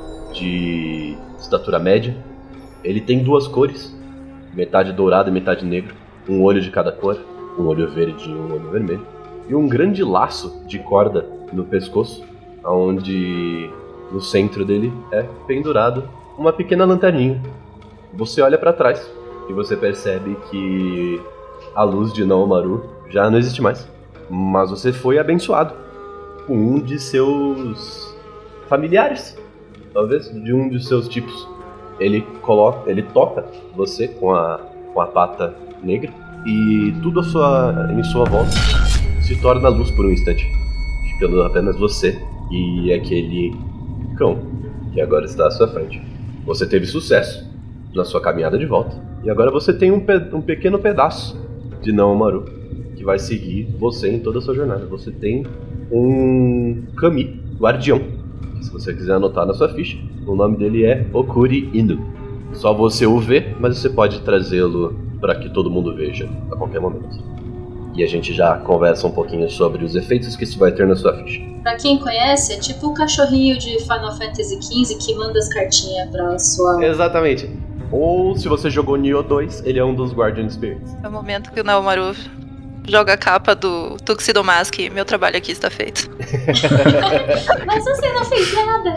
de estatura média. Ele tem 2 cores, metade dourado e metade negro, um olho de cada cor, um olho verde e um olho vermelho, e um grande laço de corda no pescoço, onde no centro dele é pendurado uma pequena lanterninha. Você olha para trás e você percebe que a luz de Naomaru já não existe mais, mas você foi abençoado com um de seus familiares, talvez de um de seus tipos. Ele toca você com a pata negra e tudo em sua volta se torna luz por um instante, ficando apenas você e aquele cão que agora está à sua frente. Você teve sucesso na sua caminhada de volta e agora você tem um pequeno pedaço de Naomaru que vai seguir você em toda a sua jornada. Você tem um Kami, guardião, que se você quiser anotar na sua ficha, o nome dele é Okuri Inu. Só você o vê, mas você pode trazê-lo para que todo mundo veja a qualquer momento. E a gente já conversa um pouquinho sobre os efeitos que isso vai ter na sua ficha. Pra quem conhece, é tipo o cachorrinho de Final Fantasy XV que manda as cartinhas pra sua... Exatamente. Ou se você jogou Nioh 2, ele é um dos Guardian Spirits. É o momento que o Naomaru joga a capa do Tuxedo Mask e meu trabalho aqui está feito. Mas você não fez nada.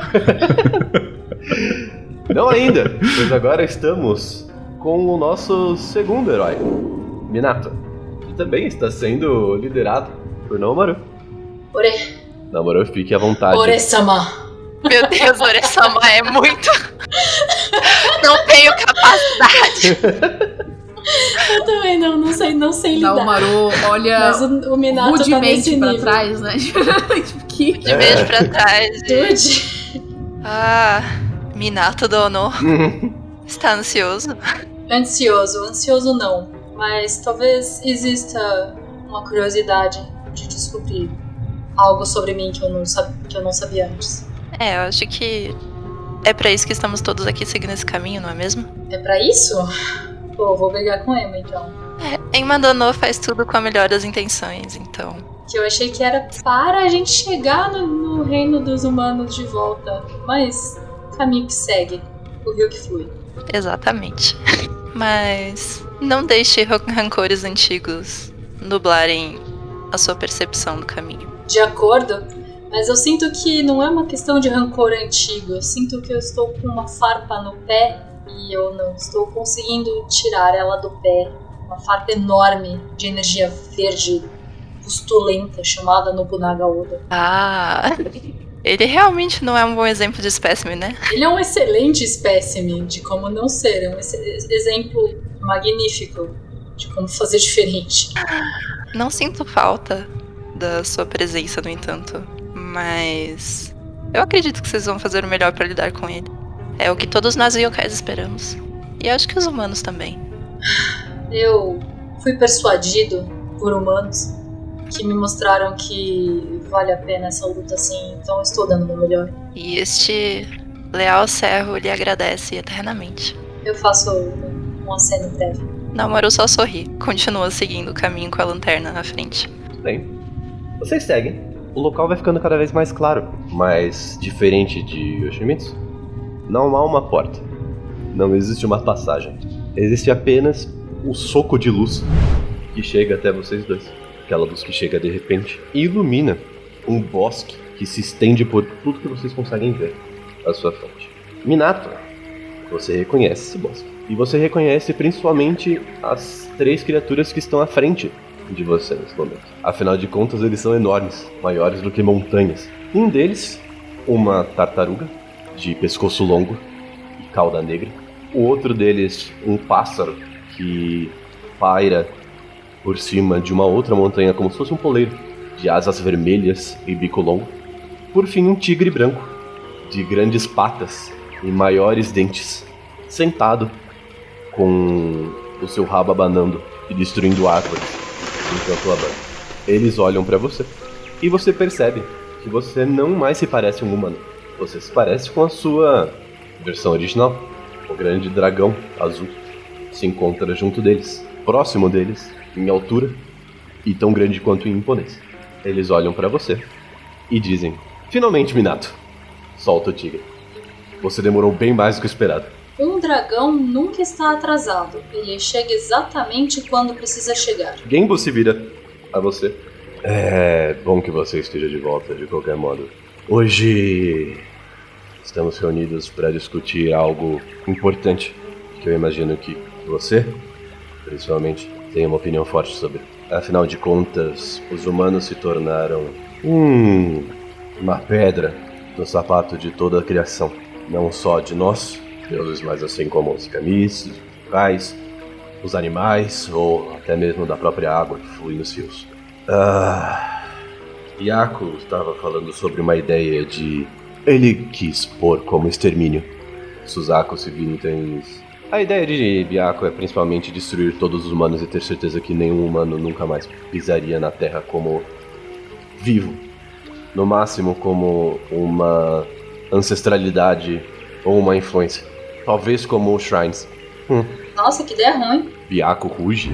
Não ainda, pois agora estamos com o nosso segundo herói, Minato, que também está sendo liderado por Naomaru. Ore. Naomaru, fique à vontade. Ore-sama. Meu Deus, Ore-sama é muito... Não tenho capacidade. Eu também não sei lidar. Naomaru olha mas o Minato rudemente tá pra nível. trás, né? Que... De beijo pra trás. Dude. Minato Dono. Está ansioso? Ansioso não. Mas talvez exista uma curiosidade de descobrir algo sobre mim que eu não sabia antes. Eu acho que é pra isso que estamos todos aqui seguindo esse caminho, não é mesmo? É pra isso? Pô, vou brigar com Emma então. Em Mandono faz tudo com a melhor das intenções, então... Que eu achei que era para a gente chegar no reino dos humanos de volta. Mas, caminho que segue, o rio que flui. Exatamente. Mas não deixe rancores antigos nublarem a sua percepção do caminho. De acordo, mas eu sinto que não é uma questão de rancor antigo. Eu sinto que eu estou com uma farpa no pé e eu não estou conseguindo tirar ela do pé. Uma farpa enorme de energia verde pustulenta chamada Nobunaga Oda. Ele realmente não é um bom exemplo de espécime, né? Ele é um excelente espécime de como não ser. É um exemplo magnífico de como fazer diferente. Não sinto falta da sua presença, no entanto. Mas Eu acredito que vocês vão fazer o melhor pra lidar com ele. É o que todos nós yokais esperamos. E acho que os humanos também. Eu fui persuadido por humanos que me mostraram que vale a pena essa luta assim, então eu estou dando o meu melhor. E este leal servo lhe agradece eternamente. Eu faço um aceno breve. Naomaru só sorri, continua seguindo o caminho com a lanterna na frente. Bem, vocês seguem. O local vai ficando cada vez mais claro, mas diferente de Yoshimitsu, não há uma porta. Não existe uma passagem. Existe apenas um soco de luz que chega até vocês dois. Aquela luz que chega de repente e ilumina um bosque que se estende por tudo que vocês conseguem ver à sua frente. Minato, você reconhece esse bosque. E você reconhece principalmente as 3 criaturas que estão à frente de você nesse momento. Afinal de contas, eles são enormes, maiores do que montanhas. Um deles, uma tartaruga de pescoço longo e cauda negra. O outro deles, um pássaro que paira por cima de uma outra montanha como se fosse um poleiro, de asas vermelhas e bico longo. Por fim, um tigre branco, de grandes patas e maiores dentes, sentado com o seu rabo abanando e destruindo árvores enquanto abana. Eles olham pra você e você percebe que você não mais se parece um humano. Você se parece com a sua versão original. O grande dragão azul se encontra junto deles, próximo deles, em altura e tão grande quanto em imponência. Eles olham pra você e dizem: finalmente, Minato, solta o tigre. Você demorou bem mais do que esperado. Um dragão nunca está atrasado. Ele chega exatamente quando precisa chegar. Genbo se vira a você. É bom que você esteja de volta, de qualquer modo. Hoje estamos reunidos para discutir algo importante que eu imagino que você, principalmente, tem uma opinião forte sobre. Afinal de contas, os humanos se tornaram uma pedra no sapato de toda a criação. Não só de nós, deuses, mas assim como os kami's, os kais, os animais, ou até mesmo da própria água que flui nos fios. Byaku estava falando sobre uma ideia de... Ele quis pôr como extermínio Suzaku se vira então isso. A ideia de Byaku é principalmente destruir todos os humanos e ter certeza que nenhum humano nunca mais pisaria na Terra como vivo. No máximo como uma ancestralidade ou uma influência. Talvez como os Shrines. Nossa, que ideia ruim. Byaku ruge.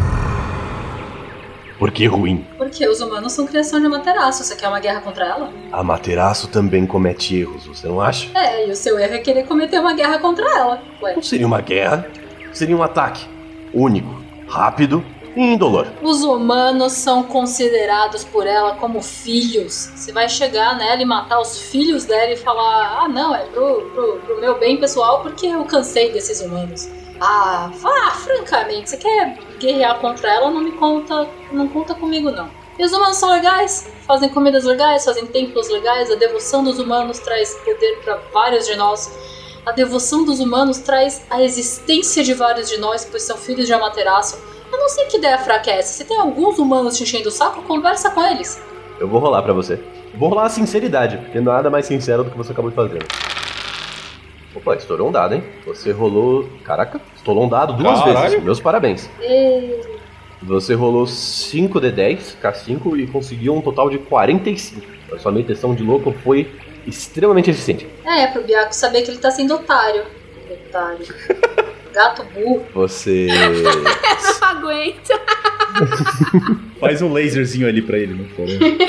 Por que ruim? Porque os humanos são criação de Amaterasu. Você quer uma guerra contra ela? Amaterasu também comete erros, você não acha? É, e o seu erro é querer cometer uma guerra contra ela. Ué. Não seria uma guerra, seria um ataque. Único, rápido e indolor. Os humanos são considerados por ela como filhos. Você vai chegar nela e matar os filhos dela e falar: ah, não, é pro meu bem pessoal porque eu cansei desses humanos. Francamente, você quer guerrear contra ela, não conta comigo não. E os humanos são legais, fazem comidas legais, fazem templos legais, a devoção dos humanos traz poder para vários de nós. A devoção dos humanos traz a existência de vários de nós, pois são filhos de Amaterasu. Eu não sei que ideia fraca é essa. Se tem alguns humanos te enchendo o saco, conversa com eles. Eu vou rolar pra você. Vou rolar a sinceridade, porque nada mais sincero do que você acabou de fazer. Opa, estourou um dado, hein? Você rolou... Caraca, estourou um dado duas vezes. Meus parabéns. Você rolou 5d10, K5, e conseguiu um total de 45. A sua meditação de louco foi extremamente eficiente. Pro Byaku saber que ele tá sendo otário. Gato burro. Você... Não aguento. Faz um laserzinho ali pra ele, não for.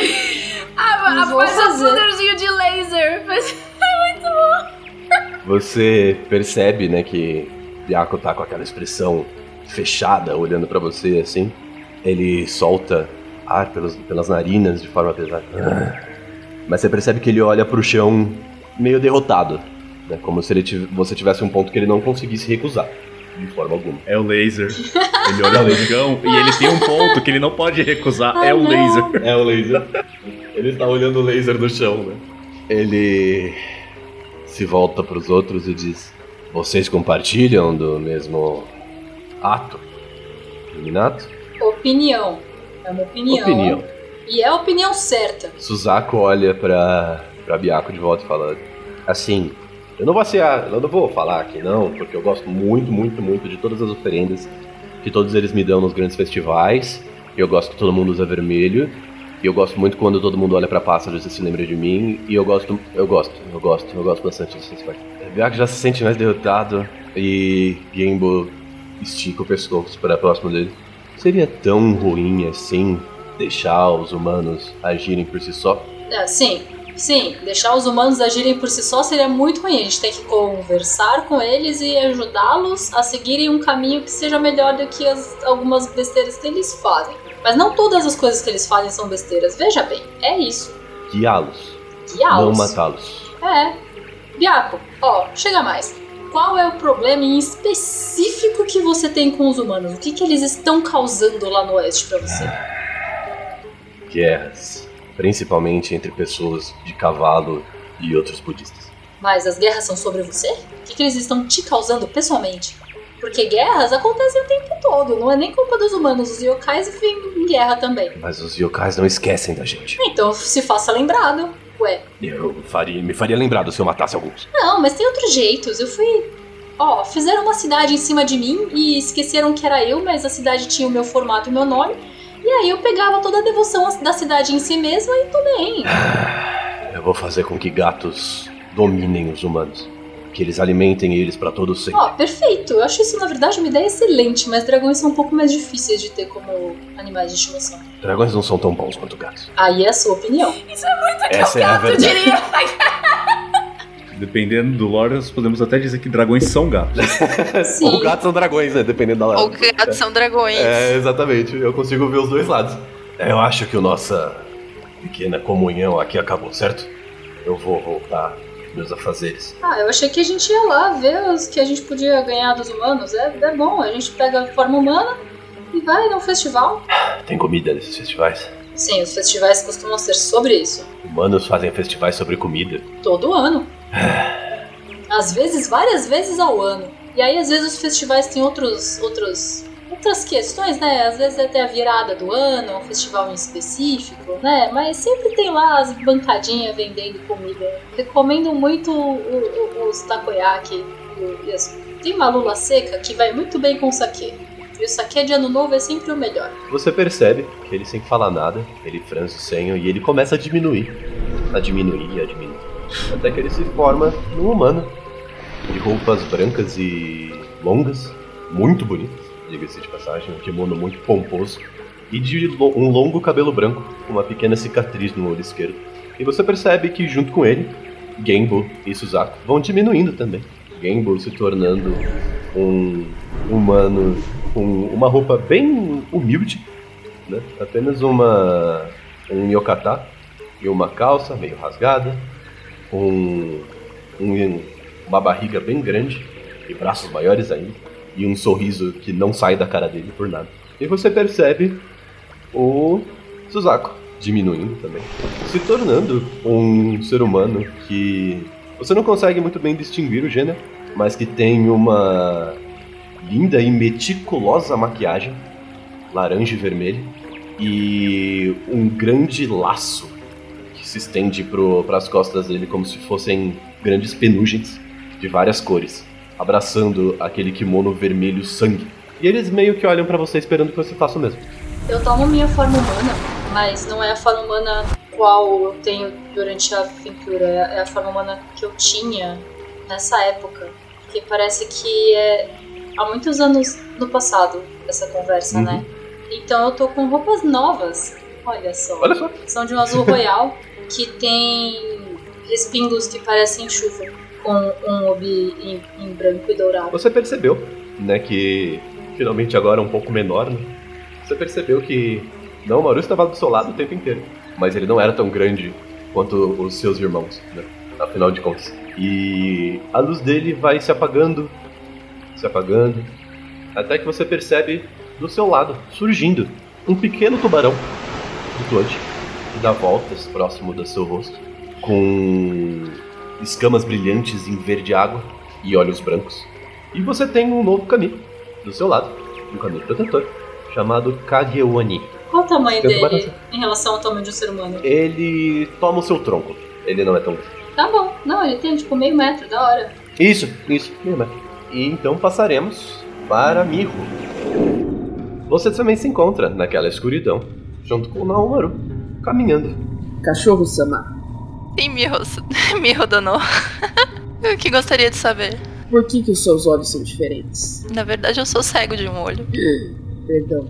Faz um poderzinho de laser. Mas é muito bom. Você percebe, né, que Byaku tá com aquela expressão fechada, olhando pra você, assim. Ele solta ar pelas narinas de forma pesada. Mas você percebe que ele olha pro chão meio derrotado, né, como se você tivesse um ponto que ele não conseguisse recusar, de forma alguma. É o laser. Ele olha no chão e ele tem um ponto que ele não pode recusar. É o laser. É o laser. Ele tá olhando o laser no chão, né. Ele... se volta para os outros e diz: vocês compartilham do mesmo ato? Minato? Opinião. É uma opinião. E é a opinião certa. Suzaku olha pra pra Biaco de volta e fala: assim, eu não vou falar aqui não, porque eu gosto muito, muito, muito de todas as oferendas que todos eles me dão nos grandes festivais. Eu gosto que todo mundo usa vermelho. E eu gosto muito quando todo mundo olha pra pássaros e se lembra de mim. E eu gosto bastante dos festivais. Biaco já se sente mais derrotado e Genbo estica o pescoço para próximo dele. Seria tão ruim assim deixar os humanos agirem por si só? Sim, deixar os humanos agirem por si só seria muito ruim. A gente tem que conversar com eles e ajudá-los a seguirem um caminho que seja melhor do que algumas besteiras que eles fazem. Mas não todas as coisas que eles fazem são besteiras. Veja bem, é isso. Guiá-los. Não matá-los. Biaco, chega mais. Qual é o problema em específico que você tem com os humanos? O que eles estão causando lá no oeste pra você? Guerras. Principalmente entre pessoas de cavalo e outros budistas. Mas as guerras são sobre você? O que eles estão te causando pessoalmente? Porque guerras acontecem o tempo todo, não é nem culpa dos humanos. Os yokais vivem em guerra também. Mas os yokais não esquecem da gente. Então se faça lembrado. Ué. Me faria lembrado se eu matasse alguns. Não, mas tem outros jeitos. Eu fui... fizeram uma cidade em cima de mim e esqueceram que era eu, mas a cidade tinha o meu formato e o meu nome. E aí eu pegava toda a devoção da cidade em si mesma e tô bem. Eu vou fazer com que gatos dominem os humanos. Que eles alimentem eles pra todo sempre. Perfeito. Eu acho isso, na verdade, uma ideia excelente, mas dragões são um pouco mais difíceis de ter como animais de estimação. Dragões não são tão bons quanto gatos. Aí é a sua opinião. Isso é muito Essa é a verdade. eu diria. Dependendo do lore, nós podemos até dizer que dragões são gatos. Sim. Ou gatos são dragões, né? Dependendo da lore. Ou gatos são dragões. Exatamente. Eu consigo ver os dois lados. Eu acho que a nossa pequena comunhão aqui acabou, certo? Eu vou voltar aos meus afazeres. Eu achei que a gente ia lá ver os que a gente podia ganhar dos humanos. É bom, a gente pega a forma humana e vai num festival. Tem comida nesses festivais? Sim, os festivais costumam ser sobre isso. Humanos fazem festivais sobre comida? Todo ano. Às vezes, várias vezes ao ano. E aí, às vezes, os festivais têm outras questões, né? Às vezes até a virada do ano, um festival em específico, né? Mas sempre tem lá as bancadinhas vendendo comida. Recomendo muito os takoyaki. Tem uma lula seca que vai muito bem com o saquê. E o saquê de ano novo é sempre o melhor. Você percebe que ele sem falar nada, ele franze o senho e ele começa a diminuir. Até que ele se forma num humano. De roupas brancas e longas, muito bonitas, diga-se de passagem, um kimono muito pomposo. E de um longo cabelo branco, com uma pequena cicatriz no olho esquerdo. E você percebe que junto com ele, Genbo e Suzaku vão diminuindo também. Genbo se tornando um humano com uma roupa bem humilde, né? Apenas um yokata e uma calça meio rasgada, uma barriga bem grande e braços maiores ainda, e um sorriso que não sai da cara dele por nada. E você percebe o Suzaku diminuindo também, se tornando um ser humano que você não consegue muito bem distinguir o gênero, mas que tem uma linda e meticulosa maquiagem, laranja e vermelha, e um grande laço que se estende para as costas dele como se fossem grandes penugens de várias cores, abraçando aquele kimono vermelho sangue. E eles meio que olham pra você esperando que você faça o mesmo. Eu tomo minha forma humana, mas não é a forma humana qual eu tenho durante a aventura, é a forma humana que eu tinha nessa época. Porque parece que é há muitos anos no passado essa conversa, né? Então eu tô com roupas novas, olha só. São de um azul royal, que tem respingos que parecem chuva, com um obi em branco e dourado. Você percebeu, né, que finalmente agora um pouco menor, né? Você percebeu que não, o Maru estava do seu lado o tempo inteiro, mas ele não era tão grande quanto os seus irmãos, né? Afinal de contas. E a luz dele vai se apagando, até que você percebe do seu lado, surgindo, um pequeno tubarão flutuante que dá voltas próximo do seu rosto, com escamas brilhantes em verde água e olhos brancos. E você tem um novo kami do seu lado, um kami protetor, chamado Kagewani. Qual o tamanho dele em relação ao tamanho de um ser humano? Ele toma o seu tronco. Ele não é tão grande. Tá bom. Não, ele tem tipo meio metro, da hora. Isso, meio metro. E então passaremos para Mirro. Você também se encontra naquela escuridão, junto com o Naomaru, caminhando. Cachorro-sama, Sim, Mirro Dono. O que gostaria de saber? por que os seus olhos são diferentes? Na verdade, eu sou cego de um olho. Perdão.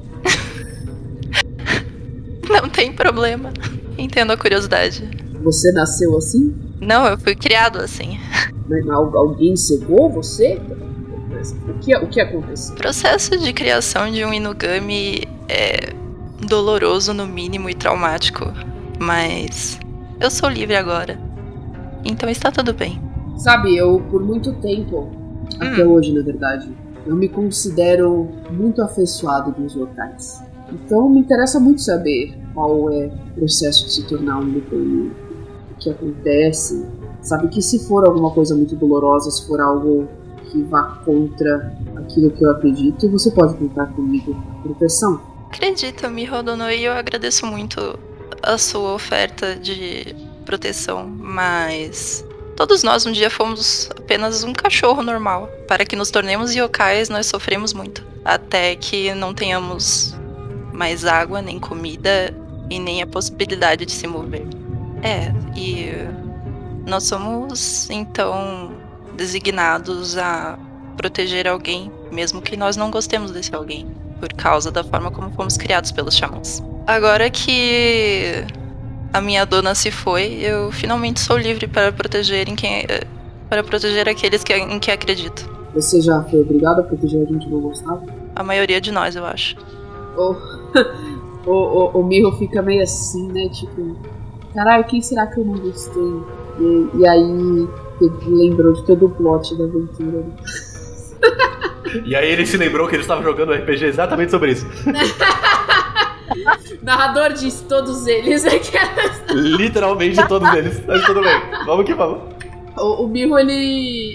Não tem problema. Entendo a curiosidade. Você nasceu assim? Não, eu fui criado assim. Mas alguém cegou você? O que aconteceu? O processo de criação de um Inugami é doloroso no mínimo e traumático. Mas eu sou livre agora. Então está tudo bem. Sabe, eu por muito tempo, até hoje na verdade, eu me considero muito afeiçoado dos locais. Então me interessa muito saber qual é o processo de se tornar um Inugami, o que acontece. Sabe que se for alguma coisa muito dolorosa, se for algo que vá contra aquilo que eu acredito, você pode contar comigo por proteção. Acredita, Mirro Dono, e eu agradeço muito a sua oferta de proteção, mas todos nós um dia fomos apenas um cachorro normal. Para que nos tornemos yokais, nós sofremos muito. Até que não tenhamos mais água, nem comida e nem a possibilidade de se mover. E nós somos, então, designados a proteger alguém, mesmo que nós não gostemos desse alguém, por causa da forma como fomos criados pelos xamãs. Agora que a minha dona se foi, eu finalmente sou livre para proteger aqueles em que acredito. Você já foi obrigado a proteger a gente que não gostava? A maioria de nós, eu acho. O Mirro fica meio assim, né? Tipo, caralho, quem será que eu não gostei? E aí ele lembrou de todo o plot da aventura. E aí ele se lembrou que ele estava jogando um RPG exatamente sobre isso. Narrador disse todos eles. Literalmente todos eles. Mas tudo bem, vamos que vamos. O Mirro, ele...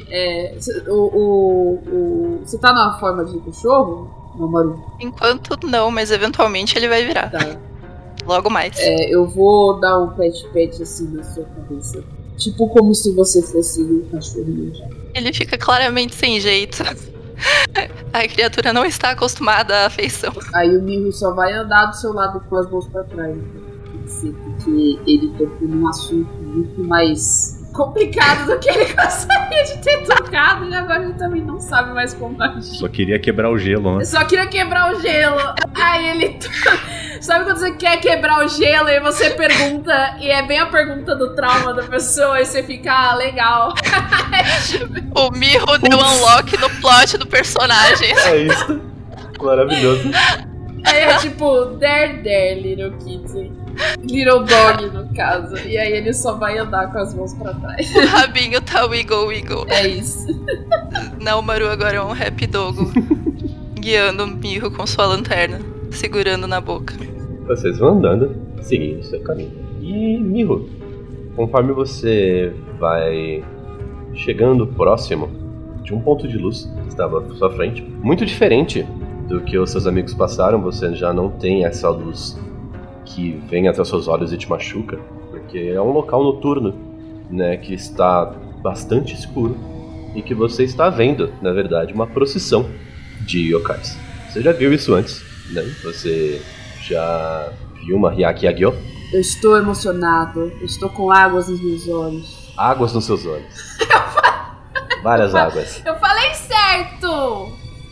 Você tá na forma de cachorro, Naomaru? Enquanto não, mas eventualmente ele vai virar. Tá. Logo mais. Eu vou dar um pet assim na sua cabeça. Tipo como se você fosse um cachorrinho já. Ele fica claramente sem jeito. A criatura não está acostumada à afeição. Aí o Mirro só vai andar do seu lado com as mãos pra trás. Porque ele tocou num assunto muito mais complicado do que ele gostaria de ter tocado. E agora ele também não sabe mais como agir. Só queria quebrar o gelo, né? Só queria quebrar o gelo. Aí ele... Sabe quando você quer quebrar o gelo e você pergunta, e é bem a pergunta do trauma da pessoa, e você fica, legal. O Mirro deu unlock no plot do personagem. É isso. Maravilhoso. Aí é tipo, there, little kitty. Little dog, no caso. E aí ele só vai andar com as mãos pra trás. O rabinho tá wiggle. É isso. Naomaru agora é um rap dogo, guiando o Mirro com sua lanterna, segurando na boca. Vocês vão andando, seguindo o seu caminho. E Mirro, conforme você vai chegando próximo de um ponto de luz que estava à sua frente, muito diferente do que os seus amigos passaram, você já não tem essa luz que vem até os seus olhos e te machuca, porque é um local noturno, né, que está bastante escuro e que você está vendo, na verdade, uma procissão de yokais. Você já viu isso antes, né? Você já viu uma Hyakki Agyo? Eu estou emocionado, eu estou com águas nos meus olhos. Águas nos seus olhos. Várias águas. Eu falei certo!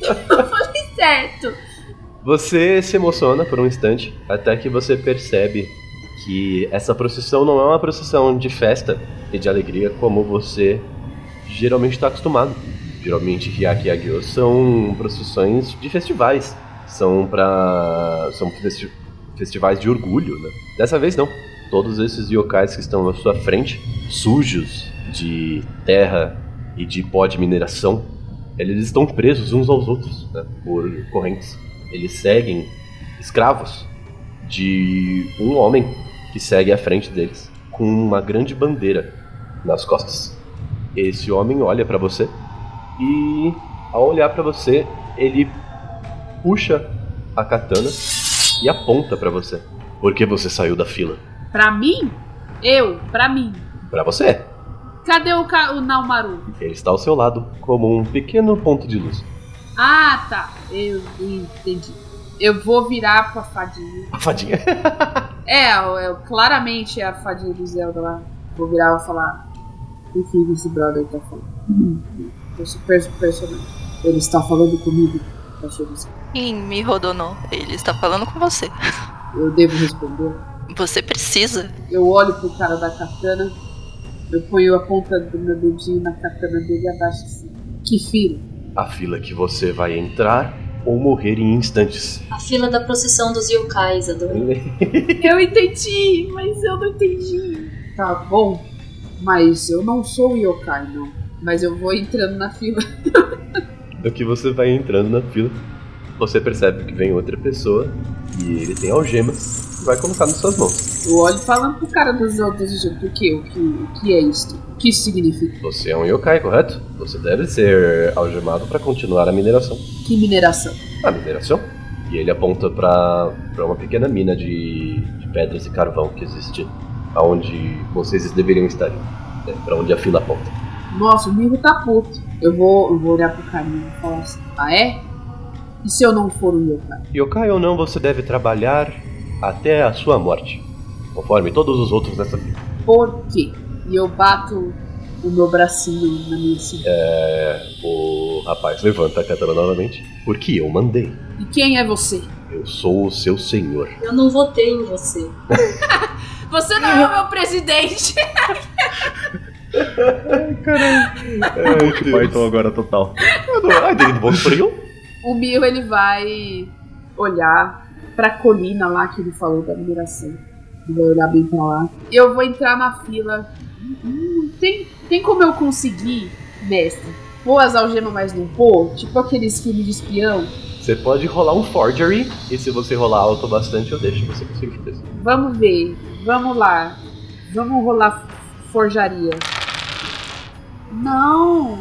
Você se emociona por um instante, até que você percebe que essa procissão não é uma procissão de festa e de alegria como você geralmente está acostumado. Geralmente Hyakki Agyo são procissões de festivais. São festivais de orgulho, né? Dessa vez não. Todos esses yokais que estão à sua frente, sujos de terra e de pó de mineração, eles estão presos uns aos outros, né, por correntes. Eles seguem escravos de um homem que segue à frente deles, com uma grande bandeira nas costas. Esse homem olha pra você e, ao olhar pra você, ele puxa a katana e aponta pra você. Porque você saiu da fila. Pra mim? Pra mim. Pra você. Cadê o Naumaru? Ele está ao seu lado, como um pequeno ponto de luz. Ah, tá. Eu entendi. Eu vou virar pra fadinha. A fadinha. Claramente é a fadinha do Zelda lá. Vou virar e vou falar. Enfim, esse brother tá falando. Eu sou personagem. Ele está falando comigo. Sim, me rodonou. Ele está falando com você. Eu devo responder? Você precisa. Eu olho pro cara da katana. Eu ponho a ponta do meu dedinho na katana dele e abaixo assim. Que fila? A fila que você vai entrar ou morrer em instantes. A fila da procissão dos yokais, adoro. Eu entendi, mas eu não entendi. Tá bom, mas eu não sou yokai, não. Mas eu vou entrando na fila. No que você vai entrando na fila, você percebe que vem outra pessoa e ele tem algemas e vai colocar nas suas mãos. Eu olho falando pro cara dos outros, o que é isto? O que isso significa? Você é um yokai, correto? Você deve ser algemado para continuar a mineração. Que mineração? A mineração? E ele aponta para uma pequena mina de pedras e carvão que existe aonde vocês deveriam estar. Para onde a fila aponta. Nossa, o Migo tá puto. Eu vou olhar pro carinha e falar assim: ah, é? E se eu não for um yokai? Yokai ou não, você deve trabalhar até a sua morte, conforme todos os outros nessa fila. Por quê? E eu bato o meu bracinho na minha cintura. O rapaz levanta a katana novamente. Porque eu mandei. E quem é você? Eu sou o seu senhor. Eu não votei em você. Você não é o meu presidente. Ai, caralho. Monty Python agora total. Ai, dele voto por eu? O Mio, ele vai olhar pra colina lá que ele falou da mineração. Ele vai olhar bem pra lá. Eu vou entrar na fila. Tem como eu conseguir, mestre, pôr as algemas, mas não pôr? Tipo aqueles filmes de espião. Você pode rolar um forgery, e se você rolar alto bastante, eu deixo você conseguir fazer isso. Vamos ver. Vamos lá. Vamos rolar forjaria. Não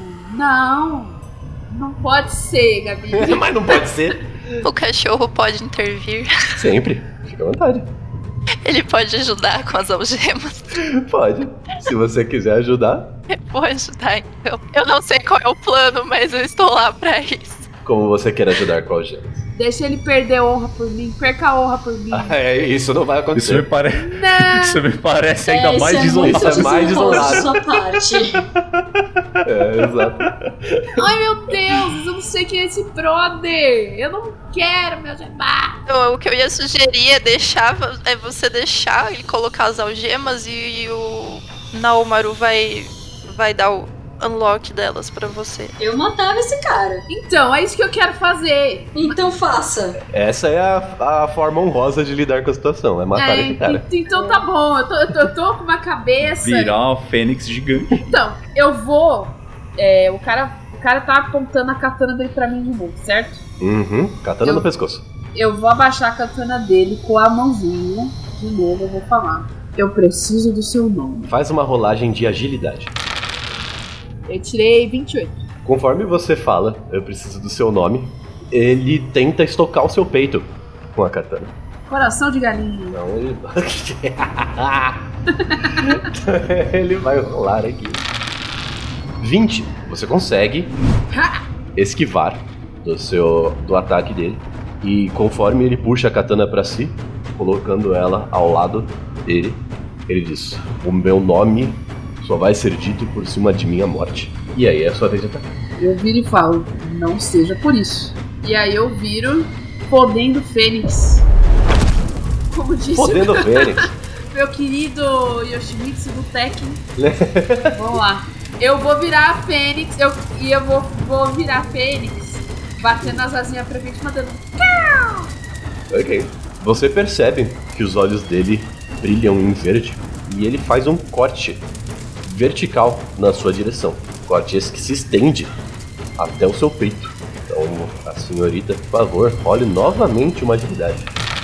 pode ser, Gabi. Mas não pode ser. O cachorro pode intervir. Sempre. Fica à vontade. Ele pode ajudar com as algemas. Pode. Se você quiser ajudar. Eu vou ajudar, então. Eu não sei qual é o plano, mas eu estou lá pra isso. Como você quer ajudar com algemas? Deixa ele perder a honra por mim. Perca a honra por mim. Isso não vai Isso acontecer. Isso me parece ainda mais desolado. Isso é mais desolado. Sua parte. Exato. Ai, meu Deus, eu não sei quem é esse brother. Eu não quero me algemar. Então, o que eu ia sugerir é você deixar ele colocar as algemas e o Naomaru vai dar o unlock delas pra você. Eu matava esse cara. Então, é isso que eu quero fazer. Então faça. Essa é a forma honrosa de lidar com a situação, é matar esse cara. Então tá bom, eu tô com uma cabeça. Virar uma fênix gigante. Então, eu vou. O cara tá apontando a katana dele pra mim de novo, certo? Katana no pescoço. Eu vou abaixar a katana dele com a mãozinha. De novo, eu vou falar: eu preciso do seu nome. Faz uma rolagem de agilidade. Eu tirei 28. Conforme você fala, eu preciso do seu nome, ele tenta estocar o seu peito com a katana. Coração de galinha. Não, ele... ele vai rolar aqui. 20. Você consegue esquivar do ataque dele. E conforme ele puxa a katana pra si, colocando ela ao lado dele, ele diz: o meu nome só vai ser dito por cima de minha morte. E aí é a sua vez de atacar. Eu viro e falo: não seja por isso. E aí eu viro Podendo Fênix. Como disse Podendo Fênix. Meu querido Yoshimitsu do Tekken. Vamos lá. Eu vou virar a Fênix. Eu vou virar a Fênix, batendo as asinhas pra frente, mandando. Ok. Você percebe que os olhos dele brilham em verde e ele faz um corte vertical na sua direção. Corte esse que se estende até o seu peito. Então, a senhorita, por favor, role novamente uma agilidade.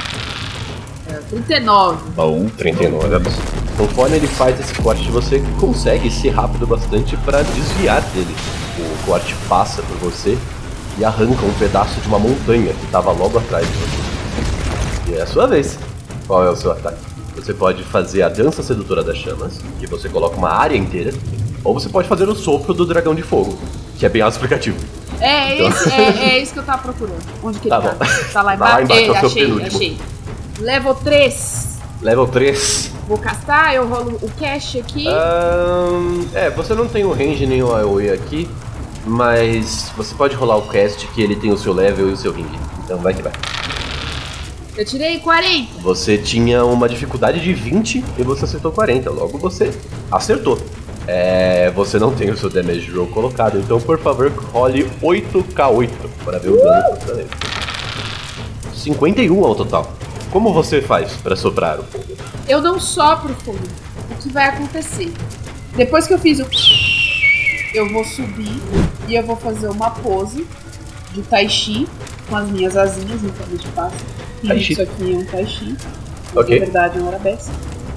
39. Bom, 39. Conforme ele faz esse corte, você consegue ser rápido bastante para desviar dele. O corte passa por você e arranca um pedaço de uma montanha que estava logo atrás de você. E é a sua vez. Qual é o seu ataque? Você pode fazer a dança sedutora das chamas, que você coloca uma área inteira. Ou você pode fazer o sopro do dragão de fogo, que é bem auto-explicativo. É isso que eu tava procurando. Onde que ele tá? bom. Tá lá Vai lá embaixo? embaixo, é o seu penúltimo. Achei. Level 3. Level 3. Vou castar, eu rolo o cash aqui. Você não tem o range nem o AoE aqui, mas você pode rolar o cast que ele tem o seu level e o seu range. Então vai que vai. Eu tirei 40. Você tinha uma dificuldade de 20 e você acertou 40, logo você acertou. Você não tem o seu damage roll colocado, então por favor role 8k8 para ver o dano contra ele. 51 ao total. Como você faz para soprar o fogo? Eu não sopro fogo. O que vai acontecer? Depois que eu fiz o... Eu vou subir e eu vou fazer uma pose de tai chi com as minhas asinhas em forma de pássaro. Isso aqui é um tai chi. Ok. Na verdade é um arabesk.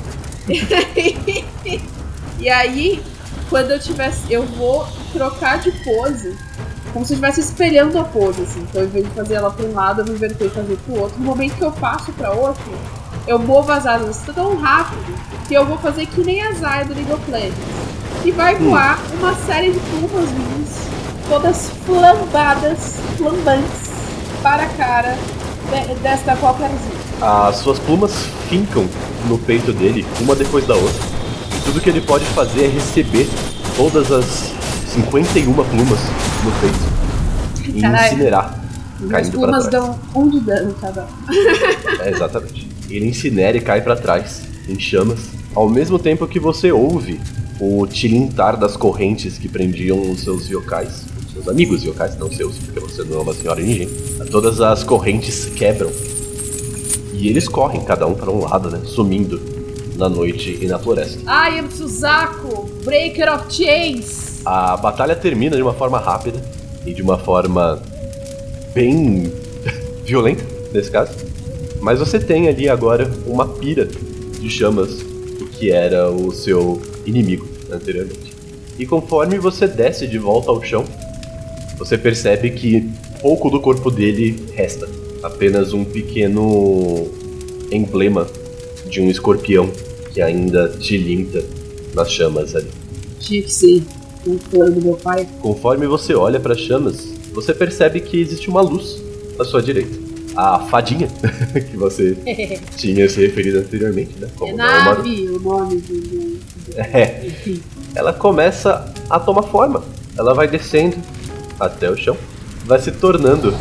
E aí, quando eu vou trocar de pose, como se eu estivesse espelhando a pose, assim. Então, ao invés de fazer ela para um lado, eu vou inverter e fazer para o outro. No momento que eu faço para outro, eu movo as asas tão rápido que eu vou fazer que nem a Zaya do League of Legends. E vai voar uma série de plumas minhas, todas flambantes, para a cara desta qualquerzinha. As suas plumas fincam no peito dele, uma depois da outra. Tudo que ele pode fazer é receber todas as 51 plumas no peito e incinerar, As caindo pra plumas trás. dão 1 de dano cada um. Exatamente. Ele incinera e cai pra trás, em chamas, ao mesmo tempo que você ouve o tilintar das correntes que prendiam os seus yokais, os seus amigos yokais, não seus, porque você não é uma senhora ninja. Todas as correntes se quebram e eles correm, cada um para um lado, né, sumindo na noite e na floresta. I am Suzaku, Breaker of Chains. A batalha termina de uma forma rápida e de uma forma bem violenta, nesse caso. Mas você tem ali agora uma pira de chamas, o que era o seu inimigo anteriormente. E conforme você desce de volta ao chão, você percebe que pouco do corpo dele resta. Apenas um pequeno emblema de um escorpião que ainda tilinta nas chamas ali. Tinha que ser um plano do meu pai. Conforme você olha para as chamas, você percebe que existe uma luz à sua direita. A fadinha que você tinha se referido anteriormente, né? Como Nave, o nome do... Enfim. Ela começa a tomar forma. Ela vai descendo até o chão, vai se tornando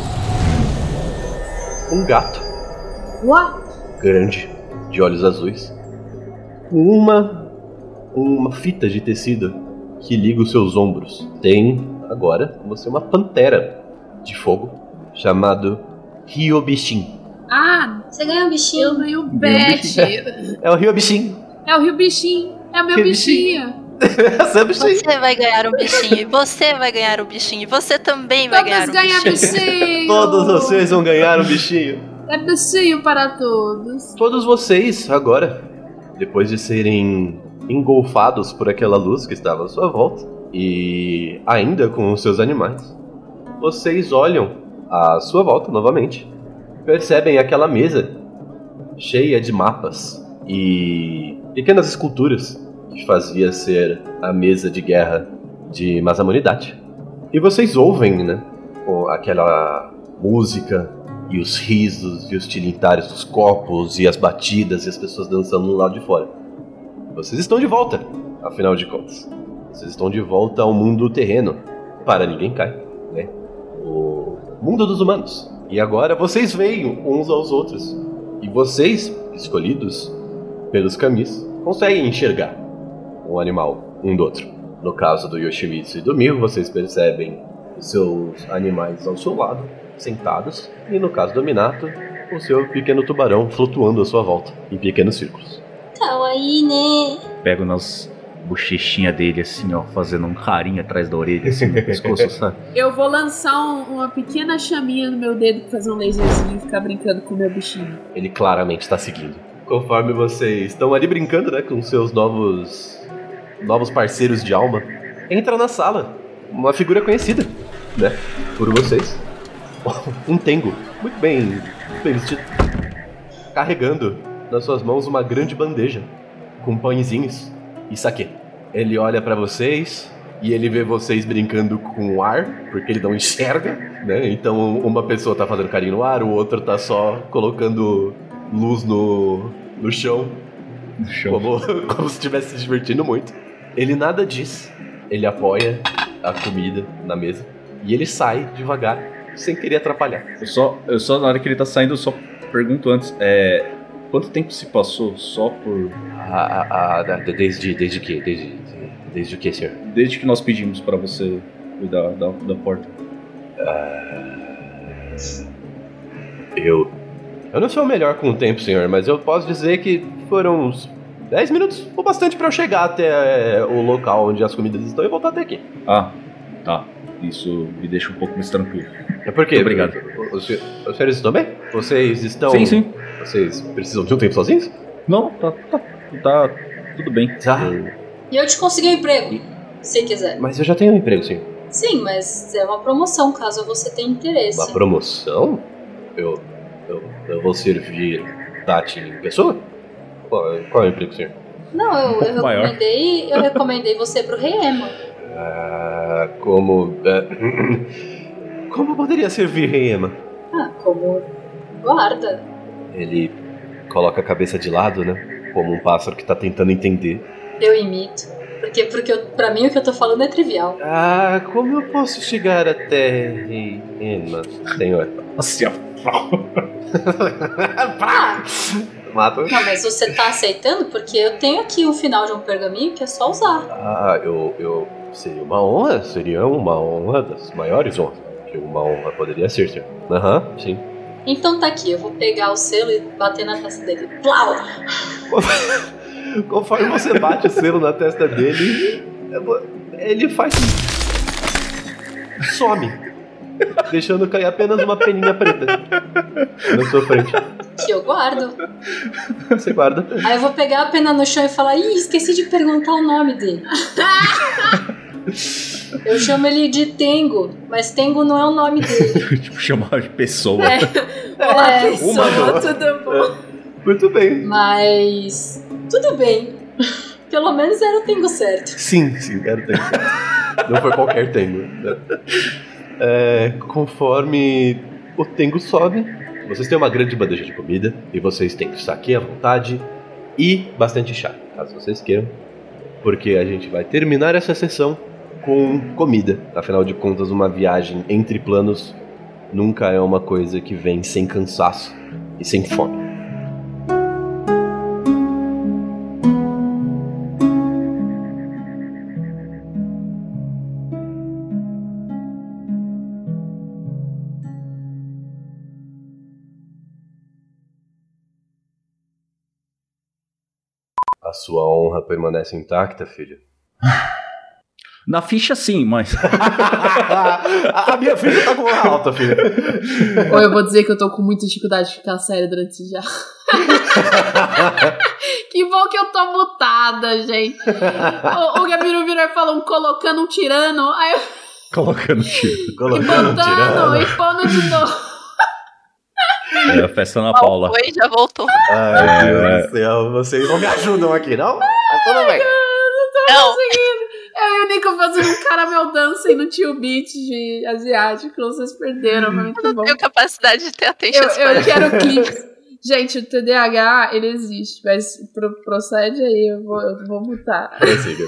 um gato. What? Grande, de olhos azuis, com uma fita de tecido que liga os seus ombros. Tem agora você uma pantera de fogo chamado Ryobishin. Ah, Você ganhou um bichinho? eu ganhei o bet. É o Ryobishin. É o Rio Bichinho. É o meu bichinho. Você vai ganhar um bichinho, e você vai ganhar um bichinho, e você também vai ganhar um bichinho. bichinho. Todos vocês vão ganhar um bichinho. É bichinho para todos. Todos vocês, agora, depois de serem engolfados por aquela luz que estava à sua volta, e ainda com os seus animais, vocês olham à sua volta novamente, percebem aquela mesa cheia de mapas e pequenas esculturas que fazia ser a mesa de guerra de Masamune-Daichi. E vocês ouvem, né, aquela música e os risos e os tilintares dos copos e as batidas e as pessoas dançando no lado de fora. Vocês estão de volta, afinal de contas. Vocês estão de volta ao mundo terreno. Para ninguém cai, né? O mundo dos humanos. E agora vocês veem uns aos outros. E vocês, escolhidos pelos Kamis, conseguem enxergar um animal um do outro. No caso do Yoshimitsu e do Miho, vocês percebem os seus animais ao seu lado, sentados. E no caso do Minato, o seu pequeno tubarão flutuando à sua volta, em pequenos círculos. Kawaii, né? Pego nas bochechinhas dele assim, ó, fazendo um carinho atrás da orelha, assim, no pescoço, sabe? Eu vou lançar uma pequena chaminha no meu dedo pra fazer um laserzinho e ficar brincando com o meu bichinho. Ele claramente está seguindo. Conforme vocês estão ali brincando, né, com seus novos parceiros de alma, entra na sala uma figura conhecida, né, por vocês. Um Tengu, muito bem vestido, carregando nas suas mãos uma grande bandeja com pãezinhos e saquê. Ele olha pra vocês e ele vê vocês brincando com o ar, porque ele não enxerga, né? Então uma pessoa tá fazendo carinho no ar, o outro tá só colocando luz no chão, como se estivesse se divertindo muito. Ele nada diz, ele apoia a comida na mesa e ele sai devagar, sem querer atrapalhar. Eu só na hora que ele tá saindo, eu só pergunto antes, quanto tempo se passou só por... Desde que? Desde o que, senhor? Desde que nós pedimos pra você cuidar da porta. Eu não sou o melhor com o tempo, senhor, mas eu posso dizer que foram uns 10 minutos, ou bastante pra eu chegar até o local onde as comidas estão e voltar até aqui. Ah, tá. Isso me deixa um pouco mais tranquilo. É porque... Muito obrigado. Os senhores estão bem? Vocês estão... Sim. Vocês precisam de um tempo sozinhos? Não, tá tudo bem. Tá. E eu te consegui um emprego, se quiser. Mas eu já tenho um emprego, senhor. Sim, mas é uma promoção, caso você tenha interesse. Uma promoção? Eu vou servir Tati em pessoa? Qual é o emprego, senhor? Não, eu recomendei você pro Rei Ema. Como poderia servir Rei Ema? Como guarda. Ele coloca a cabeça de lado, né? Como um pássaro que tá tentando entender. Eu imito. Porque pra mim o que eu tô falando é trivial. Como eu posso chegar até Rei Ema, senhor? Nossa, Mata. Não, mas você tá aceitando? Porque eu tenho aqui o final de um pergaminho que é só usar. Seria uma honra das maiores honras. Que uma honra poderia ser, senhor. Sim. Então tá aqui, eu vou pegar o selo e bater na testa dele. Plau! Conforme você bate o selo na testa dele, ele faz... some, deixando cair apenas uma peninha preta na sua frente. Que eu guardo. Você guarda. Aí eu vou pegar a pena no chão e falar: ih, esqueci de perguntar o nome dele. Eu chamo ele de Tengo, mas Tengo não é o nome dele. Tipo, chamar de pessoa. Olá, pessoa, tudo bom? Muito bem. Mas... tudo bem. Pelo menos era o Tengo certo. Sim, era o Tengo certo. Não foi qualquer Tengo, né? Conforme o Tengo sobe, vocês têm uma grande bandeja de comida e vocês têm saque à vontade e bastante chá, caso vocês queiram, porque a gente vai terminar essa sessão com comida. Afinal de contas, uma viagem entre planos nunca é uma coisa que vem sem cansaço e sem fome. A sua honra permanece intacta, filho? Na ficha sim, mas... A minha ficha tá com honra alta, filho. Ou eu vou dizer que eu tô com muita dificuldade de ficar séria durante esse já. Que bom que eu tô mutada, gente. O Gabiru virou e falou colocando um tirano. Aí eu... Colocando tiro. E pondo de novo. É a festa na Paula. Oi, já voltou. Ai, Deus do céu, vocês não me ajudam aqui, não? Mas tudo bem. Não. Conseguindo. Eu e o Nico fazendo um caramel dancing no tio beat de asiático. Vocês perderam, mas muito Eu não bom. tenho capacidade de ter attention span. Eu quero clipes. Gente, o TDAH, ele existe, mas procede aí, eu vou mutar. Prossiga.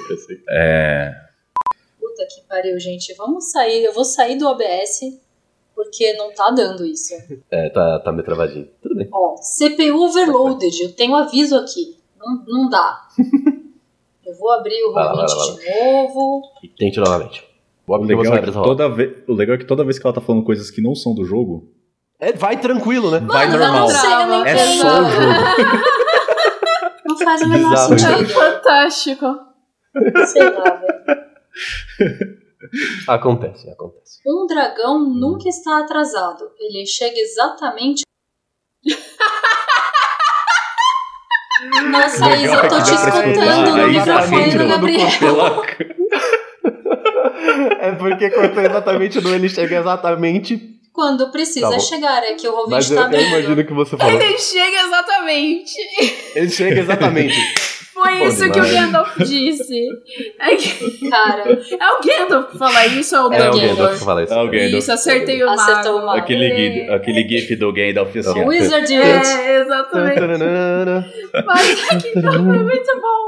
Puta que pariu, gente. Vamos sair. Eu vou sair do OBS porque não tá dando isso. Tá meio travadinho. Tudo bem. Ó, CPU overloaded. Eu tenho aviso aqui. Não dá. Eu vou abrir o Roll20 de novo. E tente novamente. O legal é que toda vez que ela tá falando coisas que não são do jogo... vai tranquilo, né? Vai Mano, normal. não É só o jogo. Não faz o menor Bizarro. sentido. Fantástico. Sei lá, velho. Acontece. Um dragão nunca está atrasado. Ele chega exatamente... Nossa, Isa, eu tô te escutando no microfone do Gabriel. É porque cortou exatamente no ele chega exatamente Quando precisa Tá bom. chegar, é que o ouvinte Mas tá eu vendo. imagino que você falou. Ele chega exatamente. Ele chega exatamente. Foi Bom isso que o demais. Gandalf disse. Cara, É o Gandalf que fala isso, ou o É o Dumbledore? Gandalf que fala isso. É o Gandalf. Isso, acertei o acertou o mago. mago. Aquele gif do Gandalf assim, ó. Wizard It. É, exatamente. Mas aqui foi muito bom.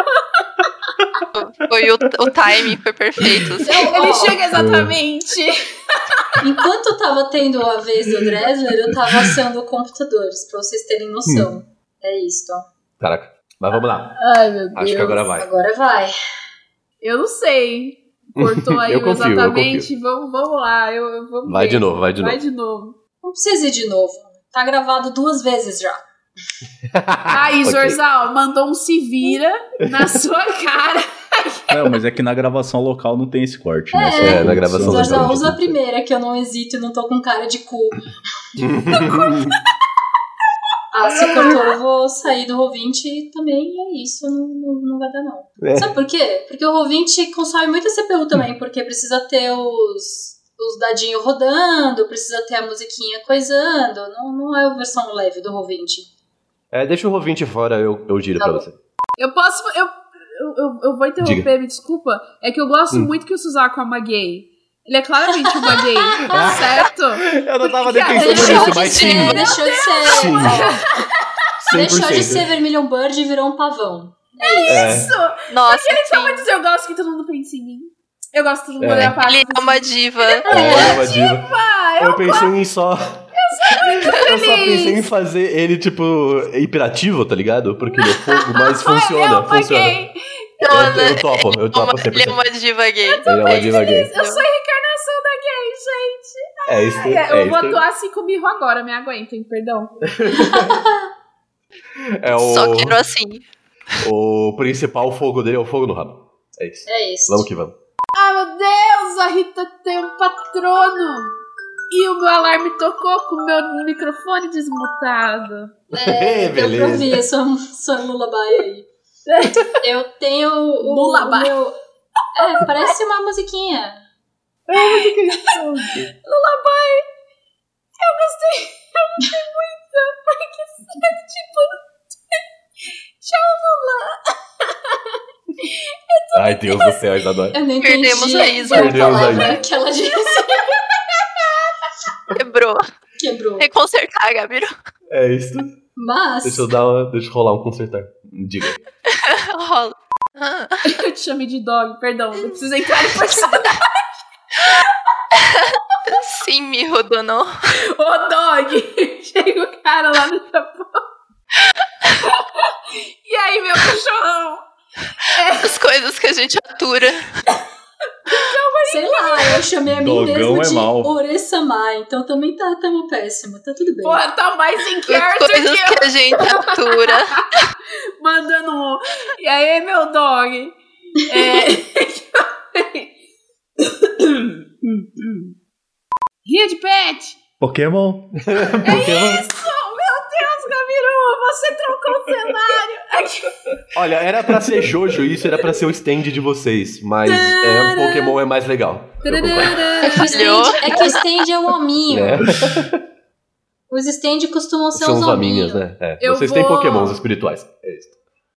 Foi o timing foi perfeito. assim. Ele chega exatamente. Enquanto tava tendo a vez do Dresler, eu tava assando computadores, pra vocês terem noção. É isso. Caraca, mas vamos lá. Ai, meu Deus. Acho que agora vai. Agora vai. Eu não sei. Cortou aí Eu confio, exatamente. Vamos lá. Vamos Vai ver. de novo, vai de Vai novo. de novo. Não precisa ir de novo. Tá gravado 2 vezes já. Aí, Ok. Zorzal, mandou um se vira na sua cara. Não, mas é que na gravação local não tem esse corte, né? Só É, na gravação Só local. usa a primeira, que eu não hesito e não tô com cara de cu. Se cortou, eu vou sair do Roll20 e também é isso, não vai dar não. É. Sabe por quê? Porque o Roll20 consome muita CPU também, porque precisa ter os dadinhos rodando, precisa ter a musiquinha coisando, não é a versão leve do Roll20. Deixa o Roll20 fora, eu giro Tá pra bom. você. Eu posso. Eu vou interromper, Diga. me desculpa. É que eu gosto muito que o Suzaku é uma gay. Ele é claramente uma gay, certo? Eu não tava nem Cara, pensando Deixou nisso, de mas sim. ser, deixou de ser. Sim. Ó, deixou de 100%. ser Vermilion Bird e virou um pavão. Isso! Nossa, sim. Mas eu gosto que todo mundo pense em mim. Eu gosto que todo mundo É. olhar pra Ele é uma diva. É uma diva. Ah, Eu pensei em só. Eu só pensei em fazer ele, tipo, hiperativo, tá ligado? Porque ele é fogo, mas funciona, Ele é uma funciona. gay. Eu topo Ele é 100%. uma diva gay. Ele é uma diva gay. Eu sou a reencarnação da gay, gente. É isso. Eu vou atuar assim comigo agora, me aguentem, perdão. É Só quero assim. o principal fogo dele é o fogo no rabo. É isso. É isso. Vamos que vamos. Ah, meu Deus, a Rita tem um patrono. E o meu alarme tocou com o meu microfone desmutado. Deu pra Beleza. ouvir sua lullaby aí. Eu tenho o Lullaby. meu... parece uma musiquinha. Lullaby. Eu gostei muito. Porque tipo... Tchau, Lula. Ai, Deus do céu, Isadora. Eu nem Perdemos entendi a Isa. a Perdemos a palavra Isa. que ela disse. Quebrou. Quebrou. Reconsertar, Gabiru. É isso. Mas... Deixa eu rolar um consertar. Diga. Rola. Ah, Eu te chamei de dog, perdão. Eu preciso entrar no personagem. sim, me rodonou. Ô, dog! Chega o cara lá no Japão. E aí, meu cachorrão? As coisas que a gente atura. Sei lá, eu chamei a mim Dogão mesma é de mal. Ore-sama, então também tamo péssimo, tá tudo bem. Porra, tá mais em As character coisas que eu. que a gente atura. Mandando um. E aí, meu dog? Ria de pet! Pokémon. É isso! Meu Deus, Gabiru! Você trocou o cenário! Olha, era pra ser Jojo e isso era pra ser o stand de vocês. Mas Pokémon é mais legal. Eu concordo. É que o stand é o hominho. Né? Os stand costumam ser São os os hominhos, hominhos. né? Eu Vocês têm vou- Pokémons espirituais. É isso.